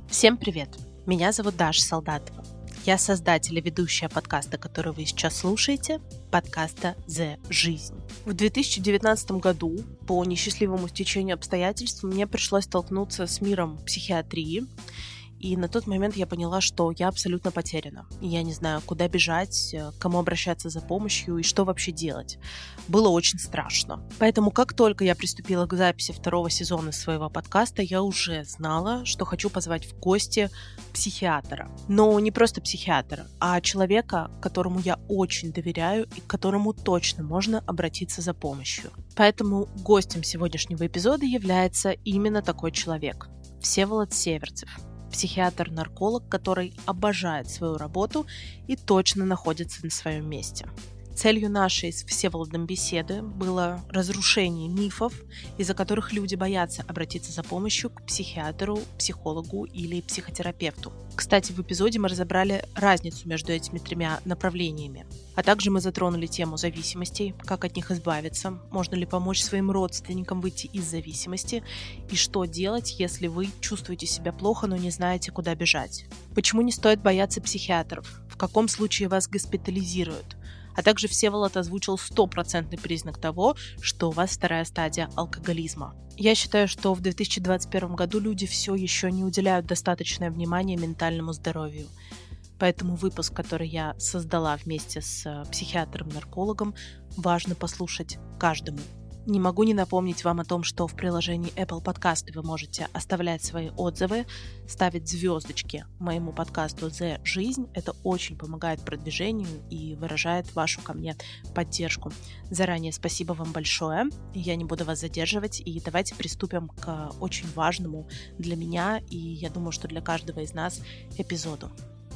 Всем привет! Меня зовут Даша Солдатова. Я создатель и ведущая подкаста, который вы сейчас слушаете, подкаста «The Жизнь». В 2019 году, по несчастливому стечению обстоятельств, мне пришлось столкнуться с миром психиатрии, и на тот момент я поняла, что я абсолютно потеряна. И я не знаю, куда бежать, к кому обращаться за помощью и что вообще делать. Было очень страшно. Поэтому, как только я приступила к записи второго сезона своего подкаста, я уже знала, что хочу позвать в гости психиатра. Но не просто психиатра, а человека, которому я очень доверяю и к которому точно можно обратиться за помощью. Поэтому гостем сегодняшнего эпизода является именно такой человек – Всеволод Северцев. Психиатр-нарколог, который обожает свою работу и точно находится на своем месте. Целью нашей с Всеволодом беседы было разрушение мифов, из-за которых люди боятся обратиться за помощью к психиатру, психологу или психотерапевту. Кстати, в эпизоде мы разобрали разницу между этими тремя направлениями. А также мы затронули тему зависимостей, как от них избавиться, можно ли помочь своим родственникам выйти из зависимости и что делать, если вы чувствуете себя плохо, но не знаете, куда бежать. Почему не стоит бояться психиатров? В каком случае вас госпитализируют? А также Всеволод озвучил 100% признак того, что у вас вторая стадия алкоголизма. Я считаю, что в 2021 году люди все еще не уделяют достаточное внимание ментальному здоровью. Поэтому выпуск, который я создала вместе с психиатром-наркологом, важно послушать каждому. Не могу не напомнить вам о том, что в приложении Apple Podcast вы можете оставлять свои отзывы, ставить звездочки моему подкасту «The Жизнь». Это очень помогает продвижению и выражает вашу ко мне поддержку. Заранее спасибо вам большое. Я не буду вас задерживать, и давайте приступим к очень важному для меня и, я думаю, что для каждого из нас эпизоду.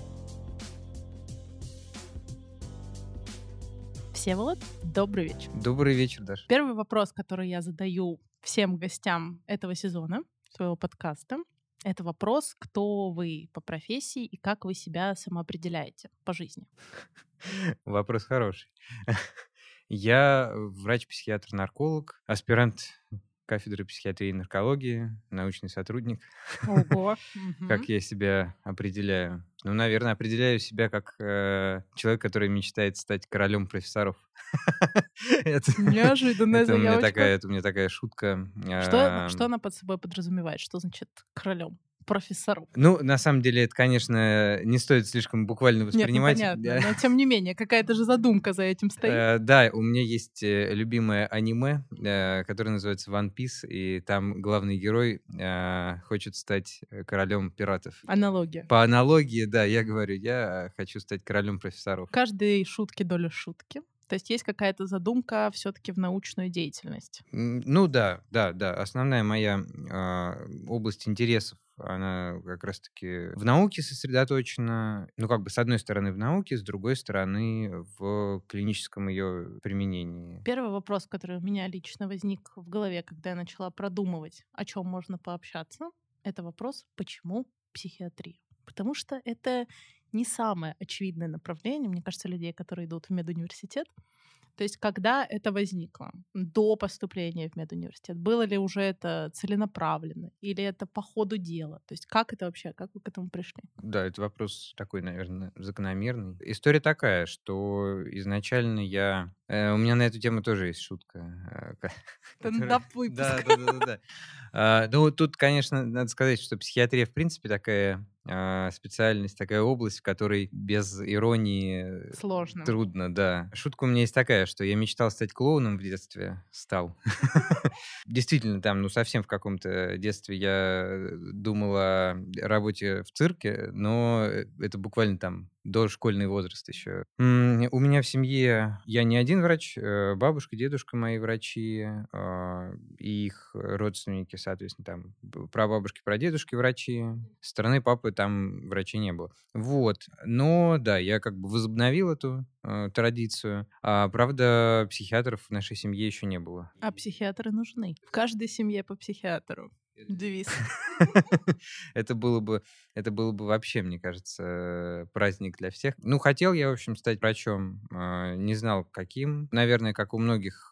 Всеволод, добрый вечер. Добрый вечер, Даша. Первый вопрос, который я задаю всем гостям этого сезона, своего подкаста, это вопрос, кто вы по профессии и как вы себя самоопределяете по жизни. Вопрос хороший. Я врач-психиатр-нарколог, аспирант кафедры психиатрии и наркологии, научный сотрудник. Ого. Как я себя определяю? Ну, наверное, определяю себя как человек, который мечтает стать королем профессоров. Неожиданная заявочка. Это у меня такая шутка. Что она под собой подразумевает? Что значит королем? Профессором. Ну, на самом деле, это, конечно, не стоит слишком буквально воспринимать. Нет, понятно, но тем не менее, какая-то же задумка за этим стоит. Да, у меня есть любимое аниме, которое называется One Piece, и там главный герой хочет стать королем пиратов. Аналогия. По аналогии, да, я говорю, я хочу стать королем профессоров. В каждой шутке доля шутки. То есть есть какая-то задумка все-таки в научную деятельность. Ну да. Основная моя область интересов, она как раз-таки в науке сосредоточена. Ну, как бы с одной стороны в науке, с другой стороны в клиническом ее применении. Первый вопрос, который у меня лично возник в голове, когда я начала продумывать, о чем можно пообщаться, это вопрос, почему психиатрия? Потому что это не самое очевидное направление, мне кажется, людей, которые идут в медуниверситет. То есть когда это возникло? До поступления в медуниверситет? Было ли уже это целенаправленно? Или это по ходу дела? То есть как это вообще? Как вы к этому пришли? Да, это вопрос такой, наверное, закономерный. История такая, что изначально у меня на эту тему тоже есть шутка. Стендап-выпуск. Да. Ну, тут, конечно, надо сказать, что психиатрия, в принципе, такая специальность, такая область, в которой без иронии Сложно. трудно, да. Шутка у меня есть такая, что я мечтал стать клоуном в детстве, стал. Действительно, там, совсем в каком-то детстве я думал о работе в цирке, но это буквально там дошкольный возраст еще. У меня в семье я не один врач, бабушка, дедушка мои врачи, и их родственники, соответственно, там прабабушки, прадедушки врачи. Со стороны папы там врачей не было. Вот. Но да, я как бы возобновил эту традицию. Правда, психиатров в нашей семье еще не было. А психиатры нужны. В каждой семье по психиатру. Девиз. Это было бы вообще, мне кажется, праздник для всех. Ну, хотел я, в общем, стать врачом, не знал, каким. Наверное, как у многих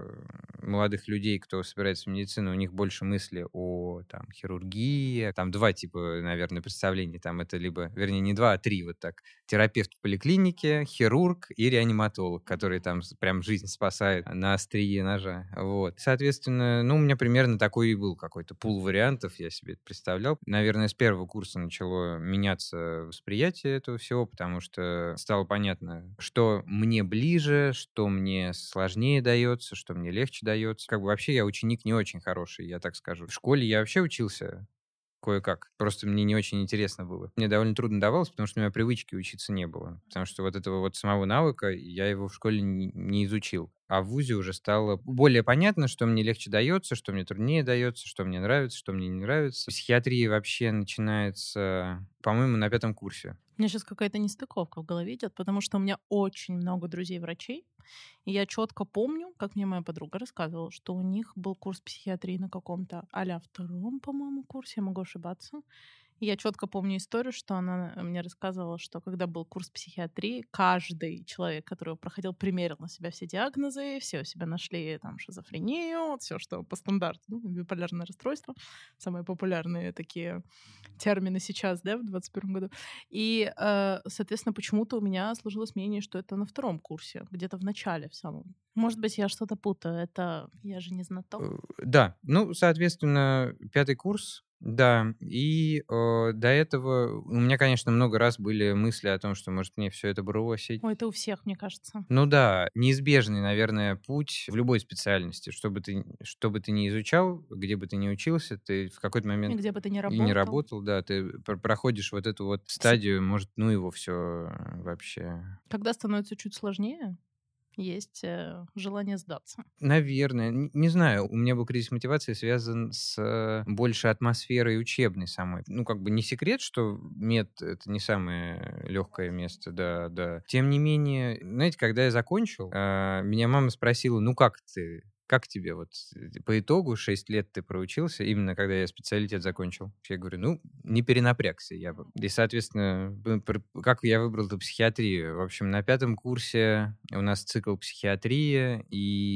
молодых людей, кто собирается в медицину, у них больше мысли о там, хирургии. Там два типа, наверное, представлений. Там это либо, вернее, не два, а три вот так. Терапевт в поликлинике, хирург и реаниматолог, который там прям жизнь спасает на острие ножа. Вот. Соответственно, ну, у меня примерно такой и был какой-то пул вариантов, я себе это представлял. Наверное, с первого курса начало меняться восприятие этого всего, потому что стало понятно, что мне ближе, что мне сложнее дается, что мне легче дается. Как бы вообще я ученик не очень хороший, я так скажу. В школе я вообще учился кое-как. Просто мне не очень интересно было. Мне довольно трудно давалось, потому что у меня привычки учиться не было. Потому что вот этого вот самого навыка я его в школе не изучил. А в вузе уже стало более понятно, что мне легче дается, что мне труднее дается, что мне нравится, что мне не нравится. Психиатрия вообще начинается, по-моему, на 5 курсе. У меня сейчас какая-то нестыковка в голове идет, потому что у меня очень много друзей-врачей. И я четко помню, как мне моя подруга рассказывала, что у них был курс психиатрии на каком-то а-ля 2-м, по-моему, курсе, я могу ошибаться. И я четко помню историю, что она мне рассказывала, что когда был курс психиатрии, каждый человек, который его проходил, примерил на себя все диагнозы, все у себя нашли там шизофрению, вот все, что по стандарту, ну, биполярное расстройство, самые популярные такие термины сейчас, да, в 21 году. И, соответственно, почему-то у меня сложилось мнение, что это на 2-м курсе, где-то в начале, в самом. Может быть, я что-то путаю. Это я же не знаток. Да, ну, соответственно, 5 курс, да. И до этого у меня, конечно, много раз были мысли о том, что, может, мне все это бросить. Ой, это у всех, мне кажется. Ну да, неизбежный, наверное, путь в любой специальности. Что бы ты ни изучал, где бы ты ни учился, ты в какой-то И момент где бы ты ни и не работал. работал, да, ты проходишь вот эту вот стадию, может, ну его все вообще. Когда становится чуть сложнее, есть желание сдаться. Наверное, не знаю, у меня был кризис мотивации связан с больше атмосферой учебной самой. Ну, как бы не секрет, что мед — это не самое легкое место, да, да. Тем не менее, знаете, когда я закончил, меня мама спросила, ну как ты? Как тебе вот по итогу 6 лет ты проучился, именно когда я специалитет закончил? Я говорю, ну, не перенапрягся я бы. И, соответственно, как я выбрал эту психиатрию? В общем, на 5 курсе у нас цикл психиатрии,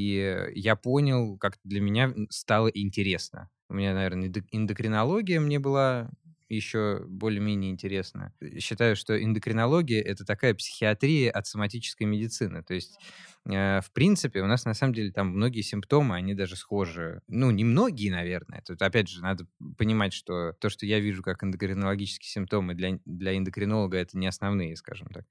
и я понял, как для меня стало интересно. У меня, наверное, эндокринология мне была еще более-менее интересна. Считаю, что эндокринология — это такая психиатрия от соматической медицины. То есть в принципе, у нас на самом деле там многие симптомы, они даже схожи. Ну, не многие, наверное. Тут, опять же, надо понимать, что то, что я вижу как эндокринологические симптомы для эндокринолога, это не основные, скажем так.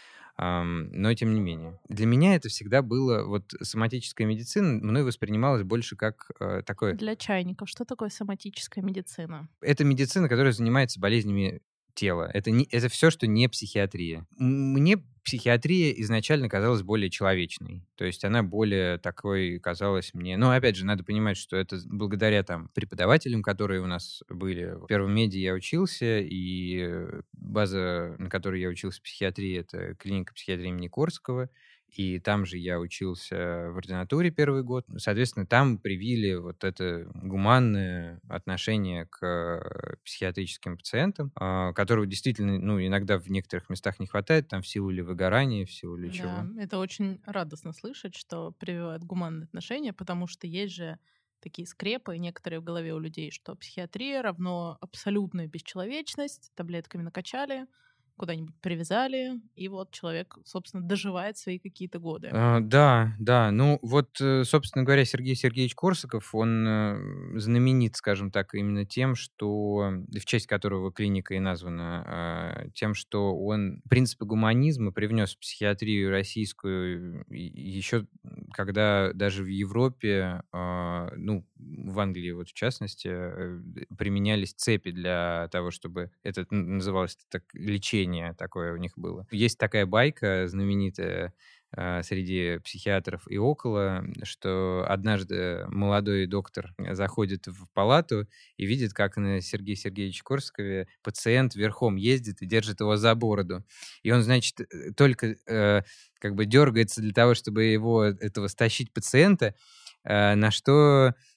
Но тем не менее. Для меня это всегда было... Вот соматическая медицина мной воспринималась больше как такое... Для чайников. Что такое соматическая медицина? Это медицина, которая занимается болезнями тела. Это все, что не психиатрия. Мне психиатрия изначально казалась более человечной. То есть она более такой казалась мне... Ну, опять же, надо понимать, что это благодаря там преподавателям, которые у нас были. В первом меди я учился, и база, на которой я учился в психиатрии, это клиника психиатрии имени Корского. И там же я учился в ординатуре первый год. Соответственно, там привили вот это гуманное отношение к психиатрическим пациентам, которого действительно, ну, иногда в некоторых местах не хватает, там в силу или выгорания, в силу или чего. Да, это очень радостно слышать, что прививают гуманные отношения, потому что есть же такие скрепы некоторые в голове у людей, что психиатрия равно абсолютная бесчеловечность, таблетками накачали, куда-нибудь привязали, и вот человек, собственно, доживает свои какие-то годы. Да, да. Ну, вот, собственно говоря, Сергей Сергеевич Корсаков, он знаменит, скажем так, именно тем, что, в честь которого клиника и названа, тем, что он принципы гуманизма привнес в психиатрию российскую еще когда даже в Европе, ну, в Англии вот в частности, применялись цепи для того, чтобы это называлось так лечение такое у них было. Есть такая байка знаменитая среди психиатров и около, что однажды молодой доктор заходит в палату и видит, как на Сергея Сергеевича Корсакове пациент верхом ездит и держит его за бороду. И он, значит, только как бы дергается для того, чтобы его, этого стащить пациента, на что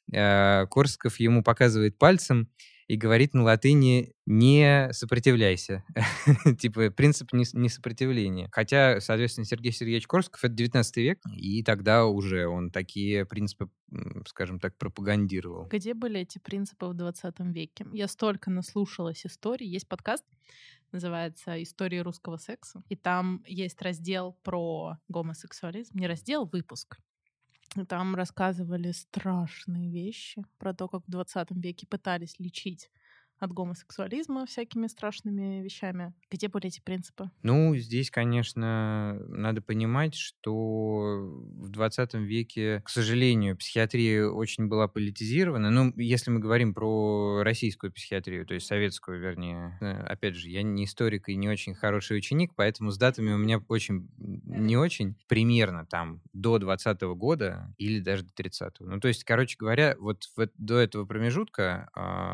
Корсаков ему показывает пальцем и говорит на латыни «не сопротивляйся». Типа принцип несопротивления. Хотя, соответственно, Сергей Сергеевич Корсаков — это 19 век, и тогда уже он такие принципы, скажем так, пропагандировал. Где были эти принципы в 20 веке? Я столько наслушалась историй. Есть подкаст, называется «История русского секса», и там есть раздел про гомосексуализм. Не раздел, выпуск. И там рассказывали страшные вещи про то, как в 20 веке пытались лечить от гомосексуализма всякими страшными вещами. Где были эти принципы? Ну, здесь, конечно, надо понимать, что в 20 веке, к сожалению, психиатрия очень была политизирована. Ну, если мы говорим про российскую психиатрию, то есть советскую, вернее. Опять же, я не историк и не очень хороший ученик, поэтому с датами у меня очень не очень. Примерно там до 20-го года или даже до 30-го. Ну, то есть, короче говоря, вот до этого промежутка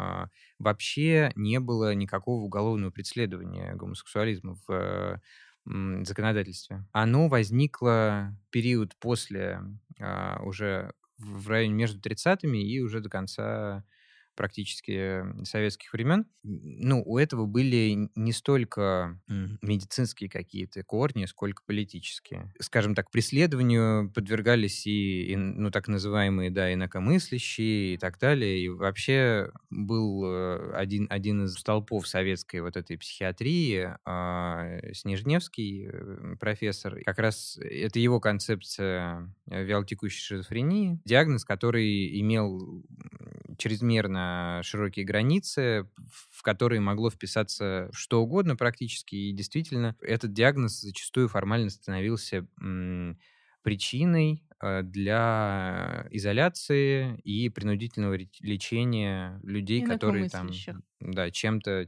вообще не было никакого уголовного преследования гомосексуализма в законодательстве. Оно возникло в период после уже в районе между 30-ми и уже до конца практически советских времен. Ну, у этого были не столько медицинские какие-то корни, сколько политические. Скажем так, преследованию подвергались и ну, так называемые, да, инакомыслящие и так далее. И вообще был один из столпов советской вот этой психиатрии, Снежневский профессор. Как раз это его концепция вялотекущей шизофрении. Диагноз, который имел чрезмерно широкие границы, в которые могло вписаться что угодно практически. И действительно, этот диагноз зачастую формально становился причиной для изоляции и принудительного лечения людей, которые там чем-то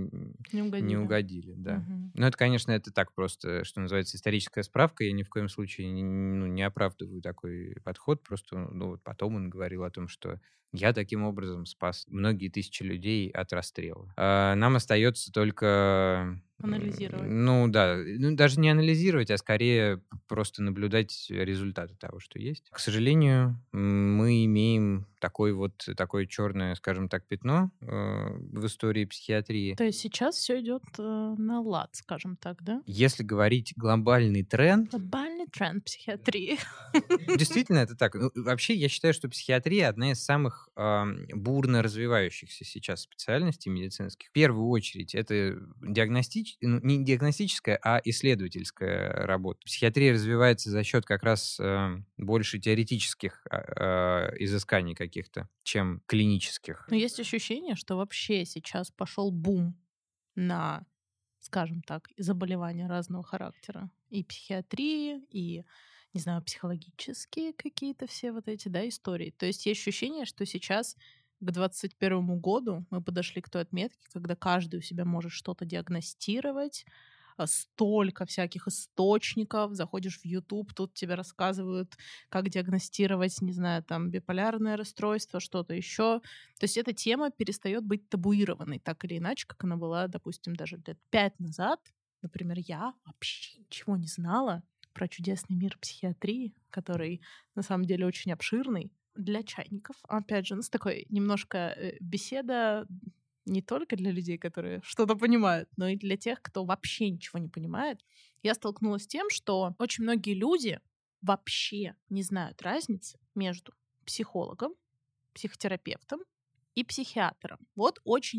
не угодили. Да. Угу. Но это, конечно, это так просто, что называется, историческая справка. Я ни в коем случае не оправдываю такой подход. Просто вот потом он говорил о том, что я таким образом спас многие тысячи людей от расстрела. Нам остается только... Анализировать. Ну да, даже не анализировать, а скорее просто наблюдать результаты того, что есть. К сожалению, мы имеем такое черное, скажем так, пятно в истории психиатрии. То есть сейчас все идет на лад, скажем так, да? Если говорить глобальный тренд... Глобальный тренд психиатрии. Действительно, это так. Ну, вообще, я считаю, что психиатрия одна из самых бурно развивающихся сейчас специальностей медицинских. В первую очередь, это не диагностическая, а исследовательская работа. Психиатрия развивается за счет как раз больше теоретических изысканий каких-то, чем клинических. Но есть ощущение, что вообще сейчас пошел бум на, скажем так, заболевания разного характера. И психиатрии, и, не знаю, психологические какие-то все вот эти, да, истории. То есть есть ощущение, что сейчас к 2021 году мы подошли к той отметке, когда каждый у себя может что-то диагностировать, столько всяких источников, заходишь в YouTube, тут тебе рассказывают, как диагностировать, не знаю, там, биполярное расстройство, что-то еще. То есть эта тема перестает быть табуированной, так или иначе, как она была, допустим, даже лет 5 назад. Например, я вообще ничего не знала про чудесный мир психиатрии, который на самом деле очень обширный для чайников. Опять же, у нас такой немножко беседа не только для людей, которые что-то понимают, но и для тех, кто вообще ничего не понимает. Я столкнулась с тем, что очень многие люди вообще не знают разницы между психологом, психотерапевтом и психиатром. Вот очень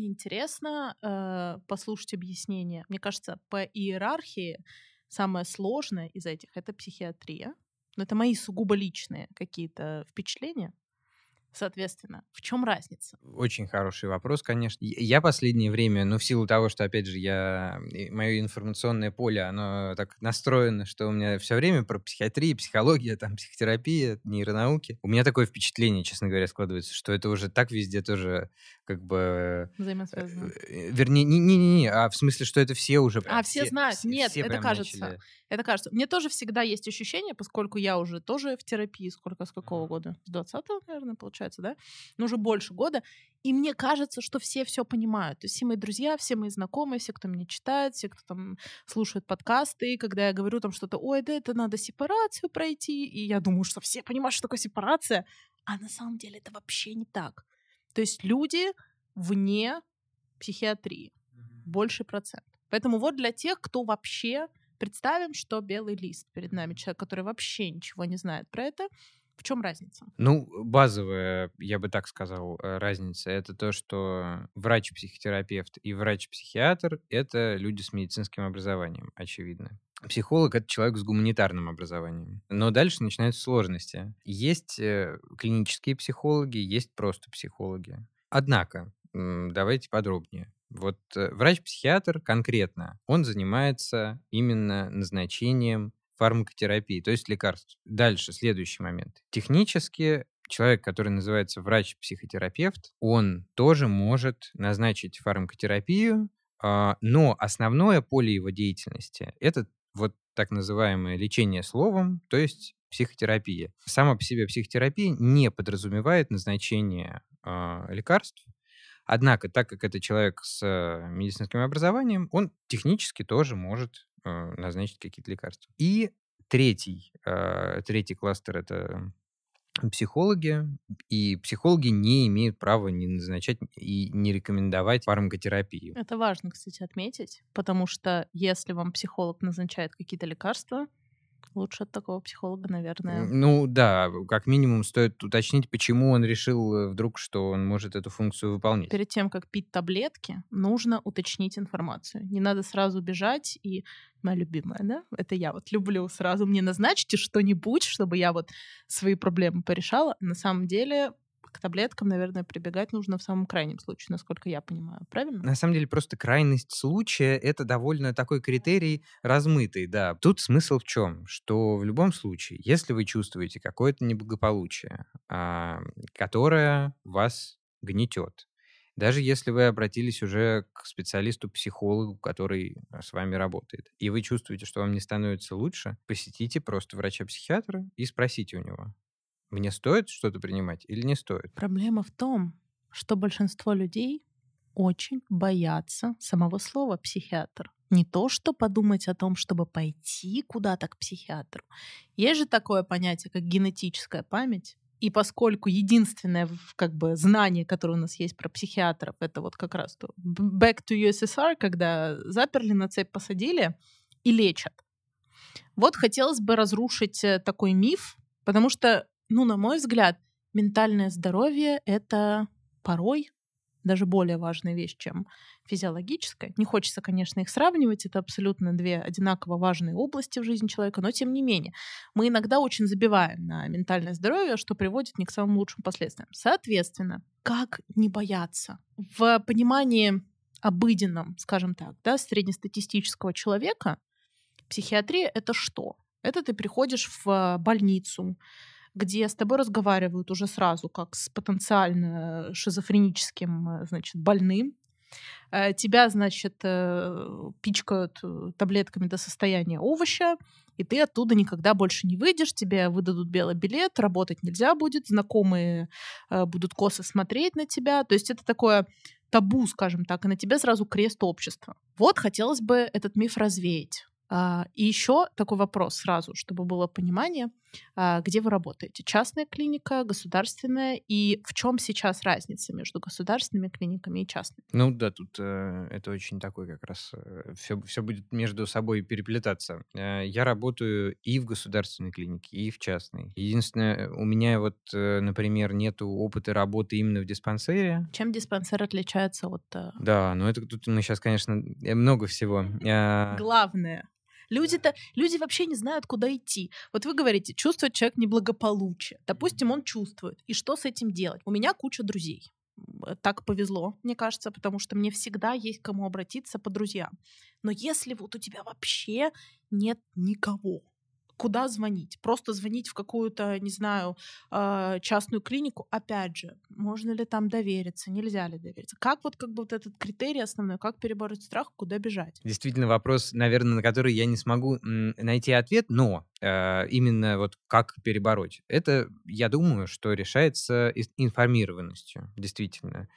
интересно послушать объяснение. Мне кажется, по иерархии самое сложное из этих — это психиатрия. Но это мои сугубо личные какие-то впечатления. Соответственно, в чем разница? Очень хороший вопрос, конечно. Я последнее время, ну, в силу того, что, опять же, мое информационное поле, оно так настроено, что у меня все время про психиатрию, психология, там, психотерапия, нейронауки. У меня такое впечатление, честно говоря, складывается, что это уже так везде тоже как бы... Взаимосвязано. Вернее, не, а в смысле, что это все уже... Все знают. Нет, все это кажется. начали. Это кажется. Мне тоже всегда есть ощущение, поскольку я уже тоже в терапии, с какого года? С 20-го, наверное, получается, да? Ну, уже больше года. И мне кажется, что все понимают. То есть все мои друзья, все мои знакомые, все, кто меня читает, все, кто там слушает подкасты, и когда я говорю там что-то, ой, да это надо сепарацию пройти, и я думаю, что все понимают, что такое сепарация, А на самом деле это вообще не так. То есть люди вне психиатрии. Больший процент. Поэтому вот для тех, кто вообще... Представим, что белый лист перед нами, человек, который вообще ничего не знает про это. В чем разница? Ну, базовая, я бы так сказал, разница — это то, что врач-психотерапевт и врач-психиатр — это люди с медицинским образованием, очевидно. Психолог — это человек с гуманитарным образованием. Но дальше начинаются сложности. Есть клинические психологи, есть просто психологи. Однако, давайте подробнее. Вот врач-психиатр конкретно, он занимается именно назначением фармакотерапии, то есть лекарств. Дальше, следующий момент. Технически человек, который называется врач-психотерапевт, он тоже может назначить фармакотерапию, но основное поле его деятельности — это вот так называемое лечение словом, то есть психотерапия. Сама по себе психотерапия не подразумевает назначение лекарств. Однако, так как это человек с медицинским образованием, он технически тоже может назначить какие-то лекарства. И третий кластер — это психологи. И психологи не имеют права не назначать и не рекомендовать фармакотерапию. Это важно, кстати, отметить, потому что если вам психолог назначает какие-то лекарства, лучше от такого психолога, наверное. Ну да, как минимум стоит уточнить, почему он решил вдруг, что он может эту функцию выполнять. Перед тем, как пить таблетки, нужно уточнить информацию. Не надо сразу бежать и... Моя любимая, да? Это я вот люблю сразу. Мне назначьте что-нибудь, чтобы я вот свои проблемы порешала. На самом деле к таблеткам, наверное, прибегать нужно в самом крайнем случае, насколько я понимаю. Правильно? На самом деле просто крайность случая — это довольно такой критерий размытый, да. Тут смысл в чем? Что в любом случае, если вы чувствуете какое-то неблагополучие, которое вас гнетет, даже если вы обратились уже к специалисту-психологу, который с вами работает, и вы чувствуете, что вам не становится лучше, посетите просто врача-психиатра и спросите у него, мне стоит что-то принимать или не стоит? Проблема в том, что большинство людей очень боятся самого слова «психиатр». Не то, что подумать о том, чтобы пойти куда-то к психиатру. Есть же такое понятие, как генетическая память. И поскольку единственное как бы знание, которое у нас есть про психиатров, это вот как раз то back to USSR, когда заперли, на цепь посадили и лечат. Вот хотелось бы разрушить такой миф, потому что, ну, на мой взгляд, ментальное здоровье — это порой даже более важная вещь, чем физиологическая. Не хочется, конечно, их сравнивать, это абсолютно две одинаково важные области в жизни человека, но тем не менее. Мы иногда очень забиваем на ментальное здоровье, что приводит не к самым лучшим последствиям. Соответственно, как не бояться? В понимании обыденном, скажем так, да, среднестатистического человека, психиатрия — это что? Это ты приходишь в больницу, где с тобой разговаривают уже сразу как с потенциально шизофреническим, значит, больным. Тебя, значит, пичкают таблетками до состояния овоща, и ты оттуда никогда больше не выйдешь, тебе выдадут белый билет, работать нельзя будет, знакомые будут косо смотреть на тебя. То есть это такое табу, скажем так, и на тебя сразу крест общества. Вот хотелось бы этот миф развеять. И еще такой вопрос сразу, чтобы было понимание, где вы работаете. Частная клиника, государственная, и в чем сейчас разница между государственными клиниками и частными? Ну да, тут это очень такой как раз... Все будет между собой переплетаться. Я работаю и в государственной клинике, и в частной. Единственное, у меня вот, например, нету опыта работы именно в диспансере. Чем диспансер отличается от... Да, но это тут мы сейчас, конечно, много всего. Главное. Люди вообще не знают, куда идти. Вот вы говорите, чувствует человек неблагополучие. Допустим, он чувствует. И что с этим делать? У меня куча друзей. Так повезло, мне кажется, потому что мне всегда есть к кому обратиться по друзьям. Но если вот у тебя вообще нет никого, куда звонить? Просто звонить в какую-то, не знаю, частную клинику? Опять же, можно ли там довериться, нельзя ли довериться? Как вот как бы вот этот критерий основной, как перебороть страх, куда бежать? Действительно, вопрос, наверное, на который я не смогу найти ответ, но именно вот как перебороть. Это, я думаю, что решается информированностью, действительно.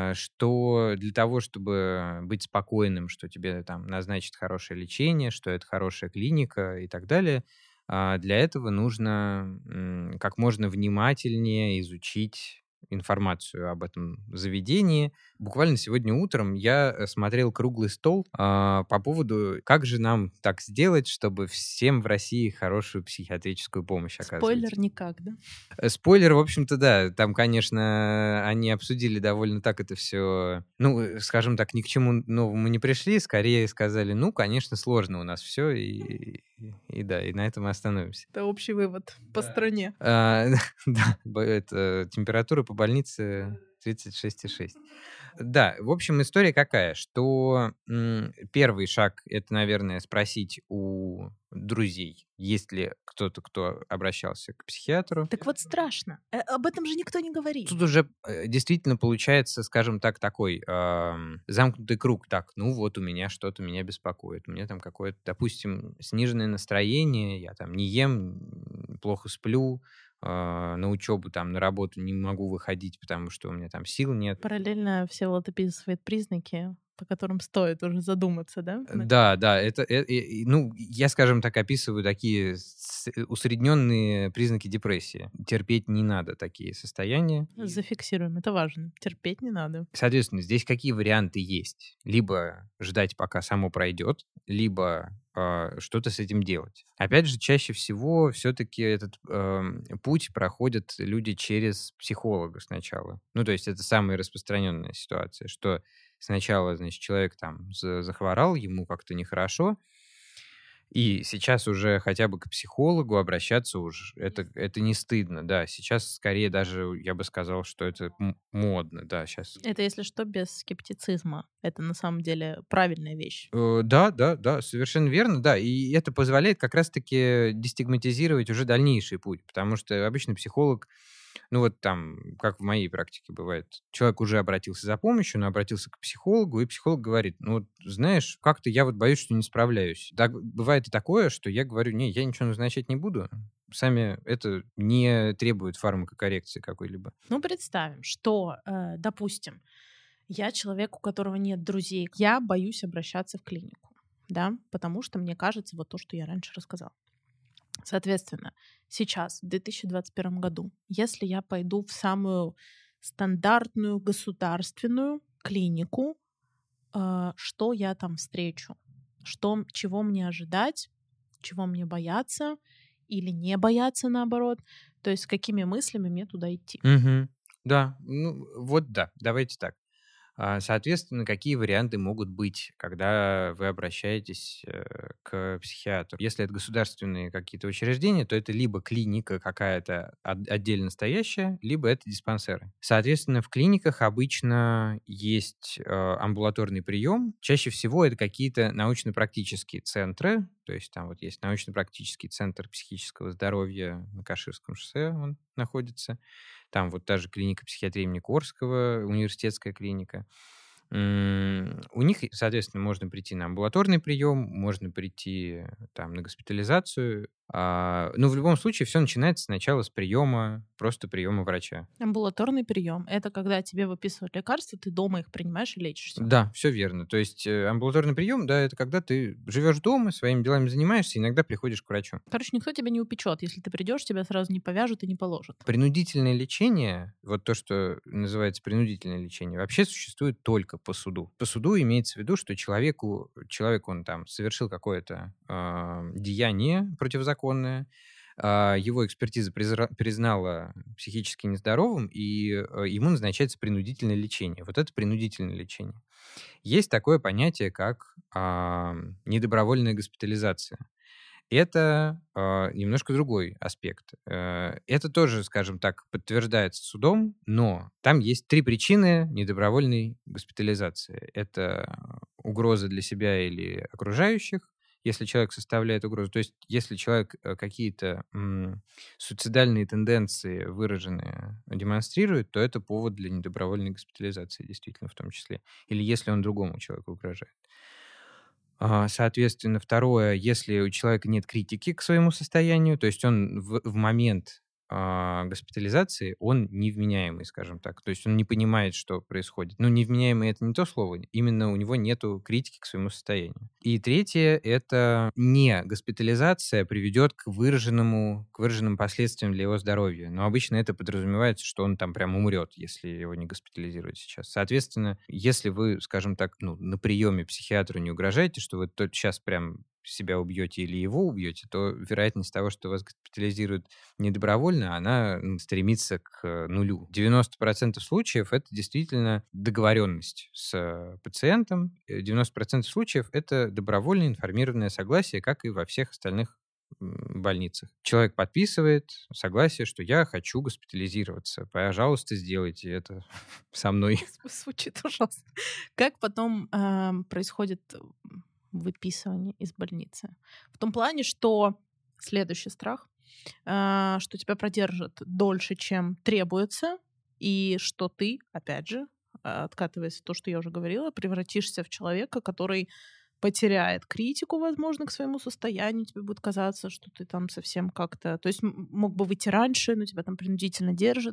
Что для того, чтобы быть спокойным, что тебе там назначат хорошее лечение, что это хорошая клиника и так далее, Для этого нужно как можно внимательнее изучить информацию об этом заведении. Буквально сегодня утром я смотрел круглый стол по поводу, как же нам так сделать, чтобы всем в России хорошую психиатрическую помощь оказывать. Спойлер никак, да? Спойлер, в общем-то, да. Там, конечно, они обсудили довольно так это все. Ну, скажем так, ни к чему новому не пришли. Скорее сказали, ну, конечно, сложно у нас все. И да, и на этом мы остановимся. Это общий вывод по стране. Да, это температура по больнице 36,6. Да, в общем, история какая, что первый шаг — это, наверное, спросить у друзей, есть ли кто-то, кто обращался к психиатру. Так вот страшно. Об этом же никто не говорит. Тут уже действительно получается, скажем так, такой замкнутый круг. Так, ну вот у меня что-то меня беспокоит. У меня там какое-то, допустим, сниженное настроение, я там не ем, плохо сплю, на учебу, там, на работу не могу выходить, потому что у меня там сил нет. Параллельно Всеволод описывает признаки, по которым стоит уже задуматься, да? Да, это, ну, я, скажем так, описываю такие усредненные признаки депрессии. Терпеть не надо такие состояния. Зафиксируем, это важно. Терпеть не надо. Соответственно, здесь какие варианты есть? Либо ждать, пока само пройдет, либо что-то с этим делать. Опять же, чаще всего все-таки этот путь проходят люди через психолога сначала. Ну, то есть это самая распространенная ситуация, что сначала, значит, человек там захворал, ему как-то нехорошо, и сейчас уже хотя бы к психологу обращаться уже, это не стыдно, да. Сейчас скорее даже, я бы сказал, что это модно, да, сейчас. Это, если что, без скептицизма. Это на самом деле правильная вещь. Да, совершенно верно, да. И это позволяет как раз-таки дестигматизировать уже дальнейший путь, потому что обычно психолог, ну вот там, как в моей практике бывает, человек уже обратился за помощью, но обратился к психологу, и психолог говорит, ну вот, знаешь, как-то я вот боюсь, что не справляюсь. Так, бывает и такое, что я говорю, не, я ничего назначать не буду, сами это не требует фармакокоррекции какой-либо. Ну, представим, что, допустим, я человек, у которого нет друзей, я боюсь обращаться в клинику, да, потому что мне кажется вот то, что я раньше рассказала. Соответственно, сейчас, в 2021 году, если я пойду в самую стандартную государственную клинику, что я там встречу? Чего мне ожидать? Чего мне бояться? Или не бояться, наоборот? То есть с какими мыслями мне туда идти? Да, ну вот да, давайте так. Соответственно, какие варианты могут быть, когда вы обращаетесь к психиатру? Если это государственные какие-то учреждения, то это либо клиника какая-то отдельно стоящая, либо это диспансеры. Соответственно, в клиниках обычно есть амбулаторный прием. Чаще всего это какие-то научно-практические центры. То есть там вот есть научно-практический центр психического здоровья на Каширском шоссе, он находится. Там вот та же клиника психиатрии имени Корского, университетская клиника. У них, соответственно, можно прийти на амбулаторный прием, можно прийти там на госпитализацию. Но в любом случае все начинается сначала с приема, просто приема врача. Амбулаторный прием — это когда тебе выписывают лекарства, ты дома их принимаешь и лечишься. Да, все верно. То есть амбулаторный прием, да, это когда ты живешь дома, своими делами занимаешься, иногда приходишь к врачу. Короче, никто тебя не упечет. Если ты придешь, тебя сразу не повяжут и не положат. Принудительное лечение, вот то, что называется принудительное лечение, вообще существует только по суду. По суду имеется в виду, что человек, он там совершил какое-то деяние противозаконное, его экспертиза признала психически нездоровым, и ему назначается принудительное лечение. Вот это принудительное лечение. Есть такое понятие, как недобровольная госпитализация. Это немножко другой аспект. Это тоже, скажем так, подтверждается судом, но там есть 3 причины недобровольной госпитализации. Это угроза для себя или окружающих, если человек составляет угрозу. То есть если человек какие-то суицидальные тенденции выраженные демонстрирует, то это повод для недобровольной госпитализации, действительно, в том числе. Или если он другому человеку угрожает. Соответственно, второе, если у человека нет критики к своему состоянию, то есть он в момент госпитализации, он невменяемый, скажем так. То есть он не понимает, что происходит. Ну, невменяемый — это не то слово, именно у него нету критики к своему состоянию. И третье — это не госпитализация приведет к выраженным последствиям для его здоровья. Но обычно это подразумевается, что он там прям умрет, если его не госпитализировать сейчас. Соответственно, если вы, скажем так, на приеме психиатру не угрожаете, что вы только сейчас прям себя убьете или его убьете, то вероятность того, что вас госпитализируют недобровольно, она стремится к нулю. 90% случаев это действительно договоренность с пациентом, 90% случаев это добровольное информированное согласие, как и во всех остальных больницах. Человек подписывает согласие, что я хочу госпитализироваться. Пожалуйста, сделайте это со мной. Звучит ужасно. Как потом происходит выписывание из больницы? В том плане, что следующий страх, что тебя продержат дольше, чем требуется, и что ты, опять же, откатываясь в то, что я уже говорила, превратишься в человека, который потеряет критику, возможно, к своему состоянию. Тебе будет казаться, что ты там совсем как-то... То есть мог бы выйти раньше, но тебя там принудительно держат.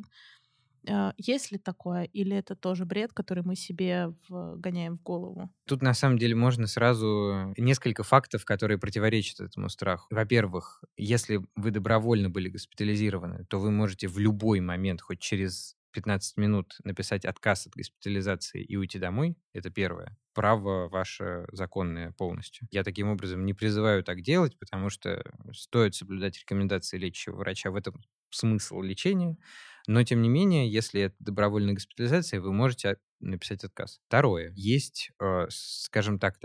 Есть ли такое? Или это тоже бред, который мы себе гоняем в голову? Тут, на самом деле, можно сразу несколько фактов, которые противоречат этому страху. Во-первых, если вы добровольно были госпитализированы, то вы можете в любой момент, хоть через 15 минут, написать отказ от госпитализации и уйти домой. Это первое. Право ваше законное полностью. Я таким образом не призываю так делать, потому что стоит соблюдать рекомендации лечащего врача. В этом смысл лечения. Но, тем не менее, если это добровольная госпитализация, вы можете написать отказ. Второе. Есть, скажем так,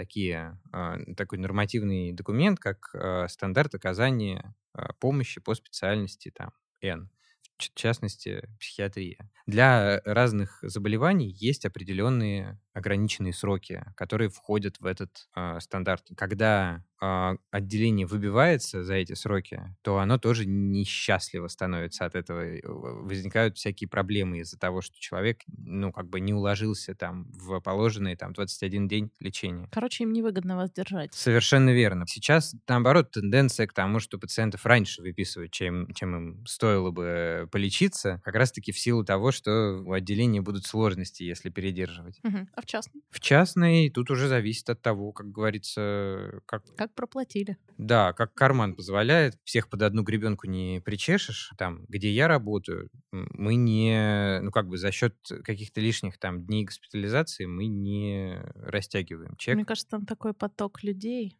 такой нормативный документ, как стандарт оказания помощи по специальности там, Н. В частности, психиатрия. Для разных заболеваний есть определенные ограниченные сроки, которые входят в этот стандарт. Когда отделение выбивается за эти сроки, то оно тоже несчастливо становится от этого. Возникают всякие проблемы из-за того, что человек, не уложился там в положенный 21 день лечения. Короче, им невыгодно вас держать. Совершенно верно. Сейчас, наоборот, тенденция к тому, что пациентов раньше выписывают, чем им стоило бы полечиться, как раз-таки в силу того, что у отделения будут сложности, если передерживать. Угу. А в частной? В частной тут уже зависит от того, как говорится, как проплатили. Да, как карман позволяет. Всех под одну гребенку не причешешь. Там, где я работаю, мы не... за счет каких-то лишних дней госпитализации мы не растягиваем чек. Мне кажется, там такой поток людей,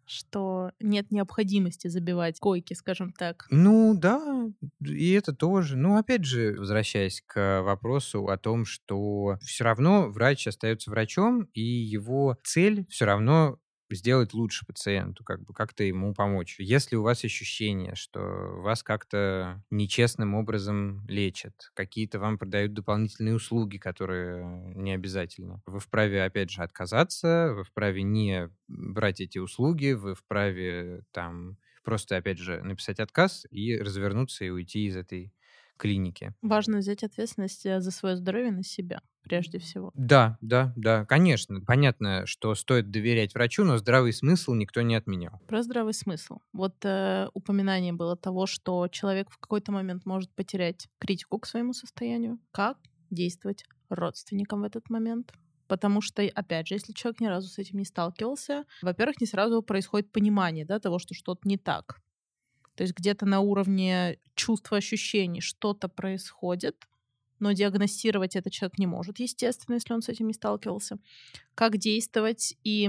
что нет необходимости забивать койки, скажем так. Да, и это тоже. Опять же, возвращаясь к вопросу о том, что все равно врач остается врачом, и его цель все равно сделать лучше пациенту, как-то ему помочь. Если у вас ощущение, что вас как-то нечестным образом лечат, какие-то вам продают дополнительные услуги, которые не обязательны, вы вправе, опять же, отказаться, вы вправе не брать эти услуги, вы вправе просто, опять же, написать отказ и развернуться и уйти из этой клиники. Важно взять ответственность за свое здоровье на себя, прежде всего. Да, конечно. Понятно, что стоит доверять врачу, но здравый смысл никто не отменял. Про здравый смысл. Упоминание было того, что человек в какой-то момент может потерять критику к своему состоянию. Как действовать родственникам в этот момент? Потому что, опять же, если человек ни разу с этим не сталкивался, во-первых, не сразу происходит понимание того, что что-то не так. То есть где-то на уровне чувства, ощущений что-то происходит, но диагностировать это человек не может, естественно, если он с этим не сталкивался. Как действовать? И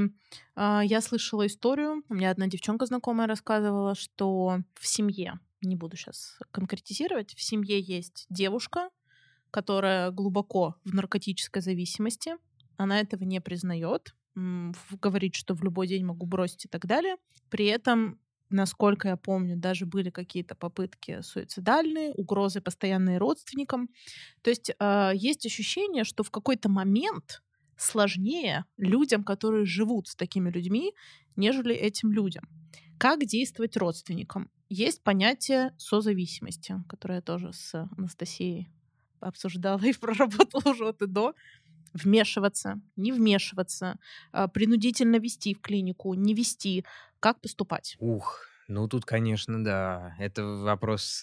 я слышала историю, у меня одна девчонка знакомая рассказывала, что в семье, не буду сейчас конкретизировать, в семье есть девушка, которая глубоко в наркотической зависимости, она этого не признает, говорит, что в любой день могу бросить и так далее. При этом, насколько я помню, даже были какие-то попытки суицидальные, угрозы постоянные родственникам. То есть есть ощущение, что в какой-то момент сложнее людям, которые живут с такими людьми, нежели этим людям. Как действовать родственникам? Есть понятие созависимости, которое я тоже с Анастасией обсуждала и проработала уже от и до. Вмешиваться, не вмешиваться, принудительно вести в клинику, не вести. Как поступать? Ну, тут, конечно, да, это вопрос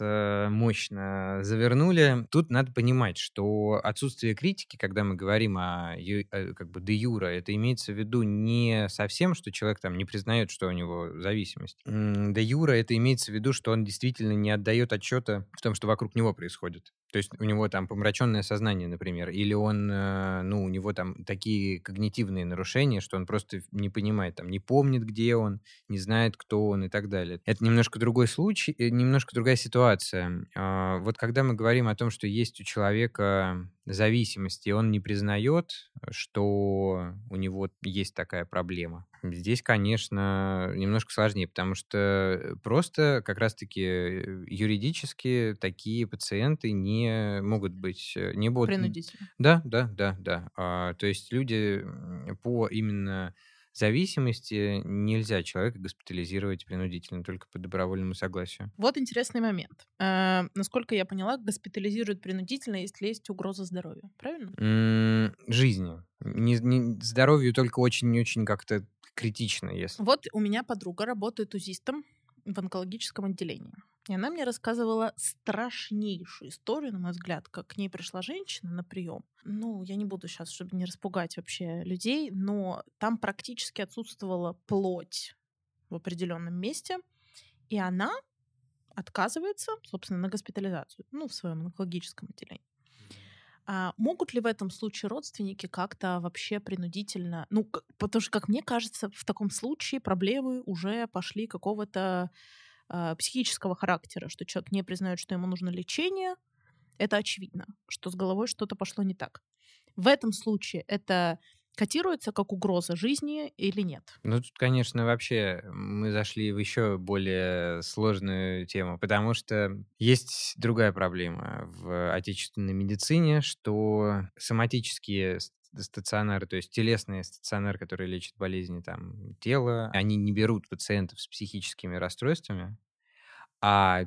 мощно завернули. Тут надо понимать, что отсутствие критики, когда мы говорим как бы де юра, это имеется в виду не совсем, что человек там не признает, что у него зависимость. Де юра это имеется в виду, что он действительно не отдает отчета в том, что вокруг него происходит. То есть у него там помраченное сознание, например, или у него там такие когнитивные нарушения, что он просто не понимает, там, не помнит, где он, не знает, кто он и так далее. Это немножко другой случай, немножко другая ситуация. Вот когда мы говорим о том, что есть у человека зависимость, и он не признает, что у него есть такая проблема, здесь, конечно, немножко сложнее, потому что просто как раз-таки юридически такие пациенты не могут быть, не будут... Принудительно. Да, да, да, да. То есть люди по именно зависимости нельзя человека госпитализировать принудительно, только по добровольному согласию. Вот интересный момент. Насколько я поняла, госпитализируют принудительно, если есть угроза здоровью. Правильно? Жизни. Здоровью только очень-очень как-то критично, если... Вот у меня подруга работает УЗИстом в онкологическом отделении. И она мне рассказывала страшнейшую историю, на мой взгляд, как к ней пришла женщина на прием. Ну, я не буду сейчас, чтобы не распугать вообще людей, но там практически отсутствовала плоть в определенном месте, и она отказывается, собственно, на госпитализацию, ну, в своем онкологическом отделении. А могут ли в этом случае родственники как-то вообще принудительно... Ну, потому что, как мне кажется, в таком случае проблемы уже пошли какого-то психического характера, что человек не признает, что ему нужно лечение. Это очевидно, что с головой что-то пошло не так. В этом случае это котируется как угроза жизни или нет? Ну, тут, конечно, вообще мы зашли в еще более сложную тему, потому что есть другая проблема в отечественной медицине, что соматические стационары, то есть телесные стационары, которые лечат болезни там, тела, они не берут пациентов с психическими расстройствами, а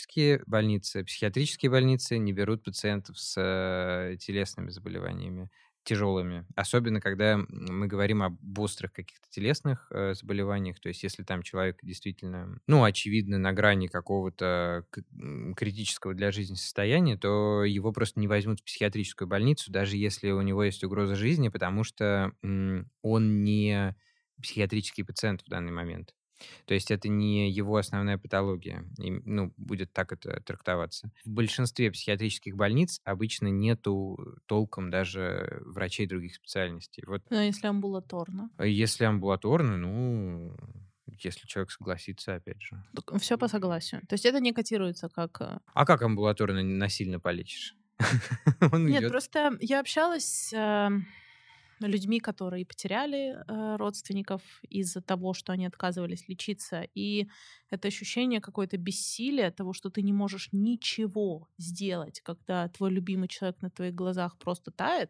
психиатрические больницы не берут пациентов с телесными заболеваниями, тяжелыми. Особенно, когда мы говорим об острых каких-то телесных заболеваниях. То есть, если там человек действительно, очевидно, на грани какого-то критического для жизни состояния, то его просто не возьмут в психиатрическую больницу, даже если у него есть угроза жизни, потому что он не психиатрический пациент в данный момент. То есть это не его основная патология, будет так это трактоваться. В большинстве психиатрических больниц обычно нету толком даже врачей других специальностей. Вот Ну, если амбулаторно. если амбулаторно, если человек согласится, опять же. Все по согласию. То есть это не котируется как... А как амбулаторно насильно полечишь? Он Нет, идет. просто я общалась с людьми, которые потеряли родственников из-за того, что они отказывались лечиться. И это ощущение какое-то бессилия, того, что ты не можешь ничего сделать, когда твой любимый человек на твоих глазах просто тает,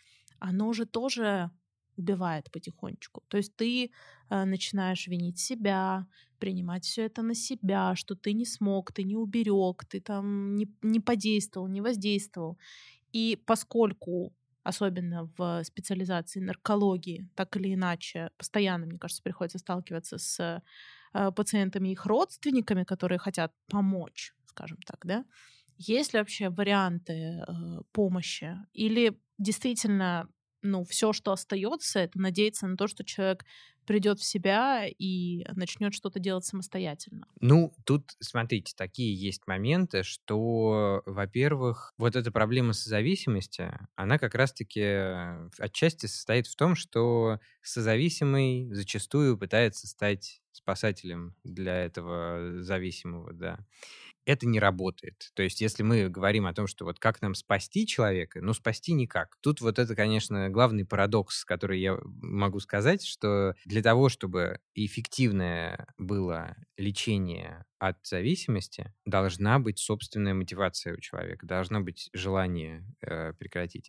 оно уже тоже убивает потихонечку. То есть ты начинаешь винить себя, принимать все это на себя, что ты не смог, ты не уберег, ты там не подействовал, не воздействовал. И поскольку, особенно в специализации наркологии, так или иначе, постоянно, мне кажется, приходится сталкиваться с пациентами и их родственниками, которые хотят помочь, скажем так, да? Есть ли вообще варианты помощи? Или действительно, все, что остается, это надеяться на то, что человек придет в себя и начнет что-то делать самостоятельно? Тут, смотрите, такие есть моменты, что, во-первых, вот эта проблема созависимости, она как раз-таки отчасти состоит в том, что созависимый зачастую пытается стать спасателем для этого зависимого, да. Это не работает. То есть, если мы говорим о том, что вот как нам спасти человека, спасти никак. Тут вот это, конечно, главный парадокс, который я могу сказать, что для того, чтобы эффективное было лечение от зависимости, должна быть собственная мотивация у человека, должно быть желание прекратить.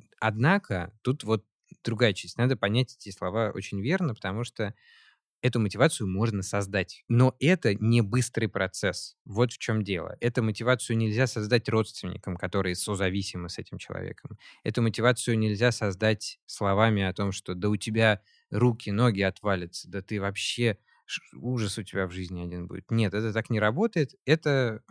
Однако, тут вот другая часть. Надо понять эти слова очень верно, потому что эту мотивацию можно создать. Но это не быстрый процесс. Вот в чем дело. Эту мотивацию нельзя создать родственникам, которые созависимы с этим человеком. Эту мотивацию нельзя создать словами о том, что да у тебя руки, ноги отвалятся, да ты вообще ужас у тебя в жизни один будет. Нет, это так не работает. Это,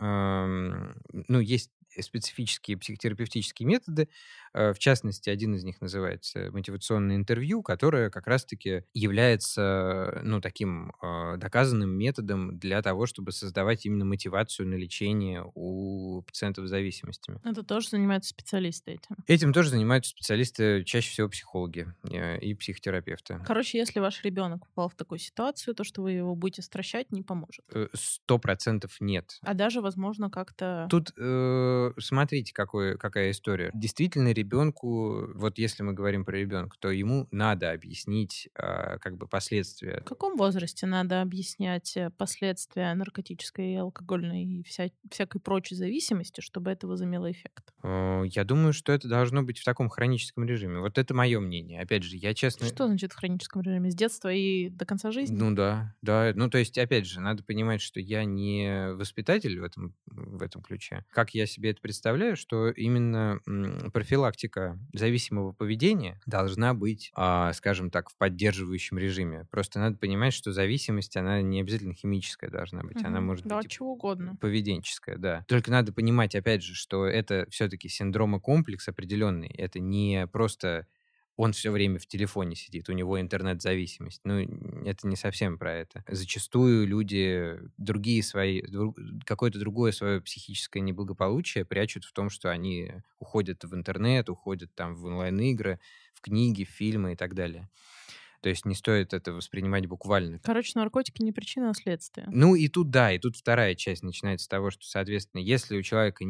есть специфические психотерапевтические методы. В частности, один из них называется мотивационное интервью, которое как раз-таки является, таким доказанным методом для того, чтобы создавать именно мотивацию на лечение у пациентов с зависимостями. Это тоже занимаются специалисты этим. Этим тоже занимаются специалисты, чаще всего психологи и психотерапевты. Короче, если ваш ребенок попал в такую ситуацию, то, что вы его будете стращать, не поможет. 100% нет. А даже, возможно, как-то... Тут смотрите, какая история. Действительно, ребенку, вот если мы говорим про ребенка, то ему надо объяснить последствия. В каком возрасте надо объяснять последствия наркотической, алкогольной и всякой прочей зависимости, чтобы это возымело эффект? Я думаю, что это должно быть в таком хроническом режиме. Вот это мое мнение. Опять же, я честно... Что значит в хроническом режиме? С детства и до конца жизни? Ну да. Ну, то есть, опять же, надо понимать, что я не воспитатель в этом ключе. Как я себе это представляю, что именно профилактика зависимого поведения должна быть, скажем так, в поддерживающем режиме. Просто надо понимать, что зависимость, она не обязательно химическая должна быть. Она может Да, быть чего угодно. поведенческая, да. Только надо понимать, опять же, что это все-таки синдромокомплекс определенный. Это не просто он все время в телефоне сидит, у него интернет-зависимость. Это не совсем про это. Зачастую люди какое-то другое свое психическое неблагополучие прячут в том, что они уходят в интернет, уходят там в онлайн-игры, в книги, в фильмы и так далее. То есть не стоит это воспринимать буквально. Короче, наркотики не причина, а следствие. И тут вторая часть начинается с того, что, соответственно, если у человека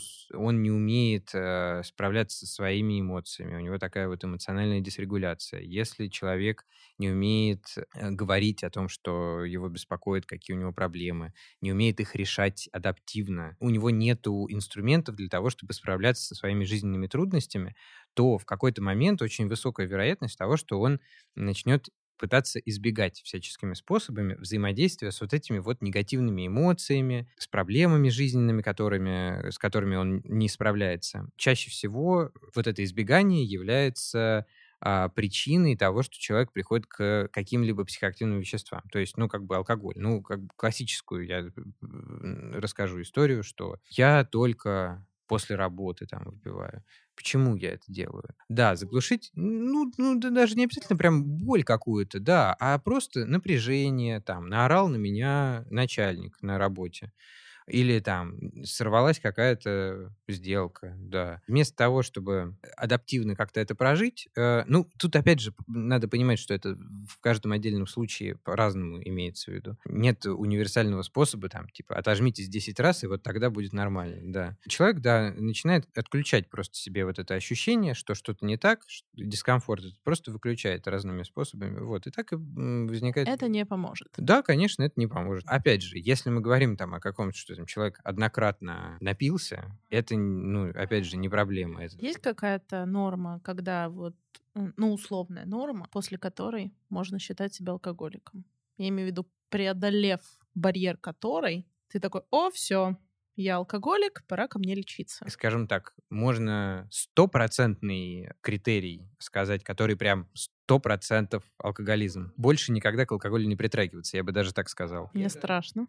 он не умеет справляться со своими эмоциями, у него такая вот эмоциональная дисрегуляция. Если человек не умеет говорить о том, что его беспокоит, какие у него проблемы, не умеет их решать адаптивно, у него нету инструментов для того, чтобы справляться со своими жизненными трудностями, то в какой-то момент очень высокая вероятность того, что он начнет пытаться избегать всяческими способами взаимодействия с вот этими вот негативными эмоциями, с проблемами жизненными, с которыми он не справляется. Чаще всего вот это избегание является причиной того, что человек приходит к каким-либо психоактивным веществам. То есть, алкоголь. Классическую я расскажу историю, что я только после работы там выпиваю. Почему я это делаю? Да, заглушить, да даже не обязательно прям боль какую-то, да, а просто напряжение, там, наорал на меня начальник на работе. Или там сорвалась какая-то сделка, да. Вместо того, чтобы адаптивно как-то это прожить, тут опять же надо понимать, что это в каждом отдельном случае по-разному имеется в виду. Нет универсального способа, там, типа, отожмитесь 10 раз, и вот тогда будет нормально, да. Человек, да, начинает отключать просто себе вот это ощущение, что что-то не так, дискомфорт, это просто выключает разными способами, вот, и так и возникает... Это не поможет. Да, конечно, это не поможет. Опять же, если мы говорим там о каком-то, что там человек однократно напился, это, опять же, не проблема. Есть какая-то норма, когда условная норма, после которой можно считать себя алкоголиком? Я имею в виду, преодолев барьер которой, ты такой: о, все, я алкоголик, пора ко мне лечиться. Скажем так, можно 100% критерий сказать, который прям 100% алкоголизм. Больше никогда к алкоголю не притрагиваться, я бы даже так сказал. Мне страшно.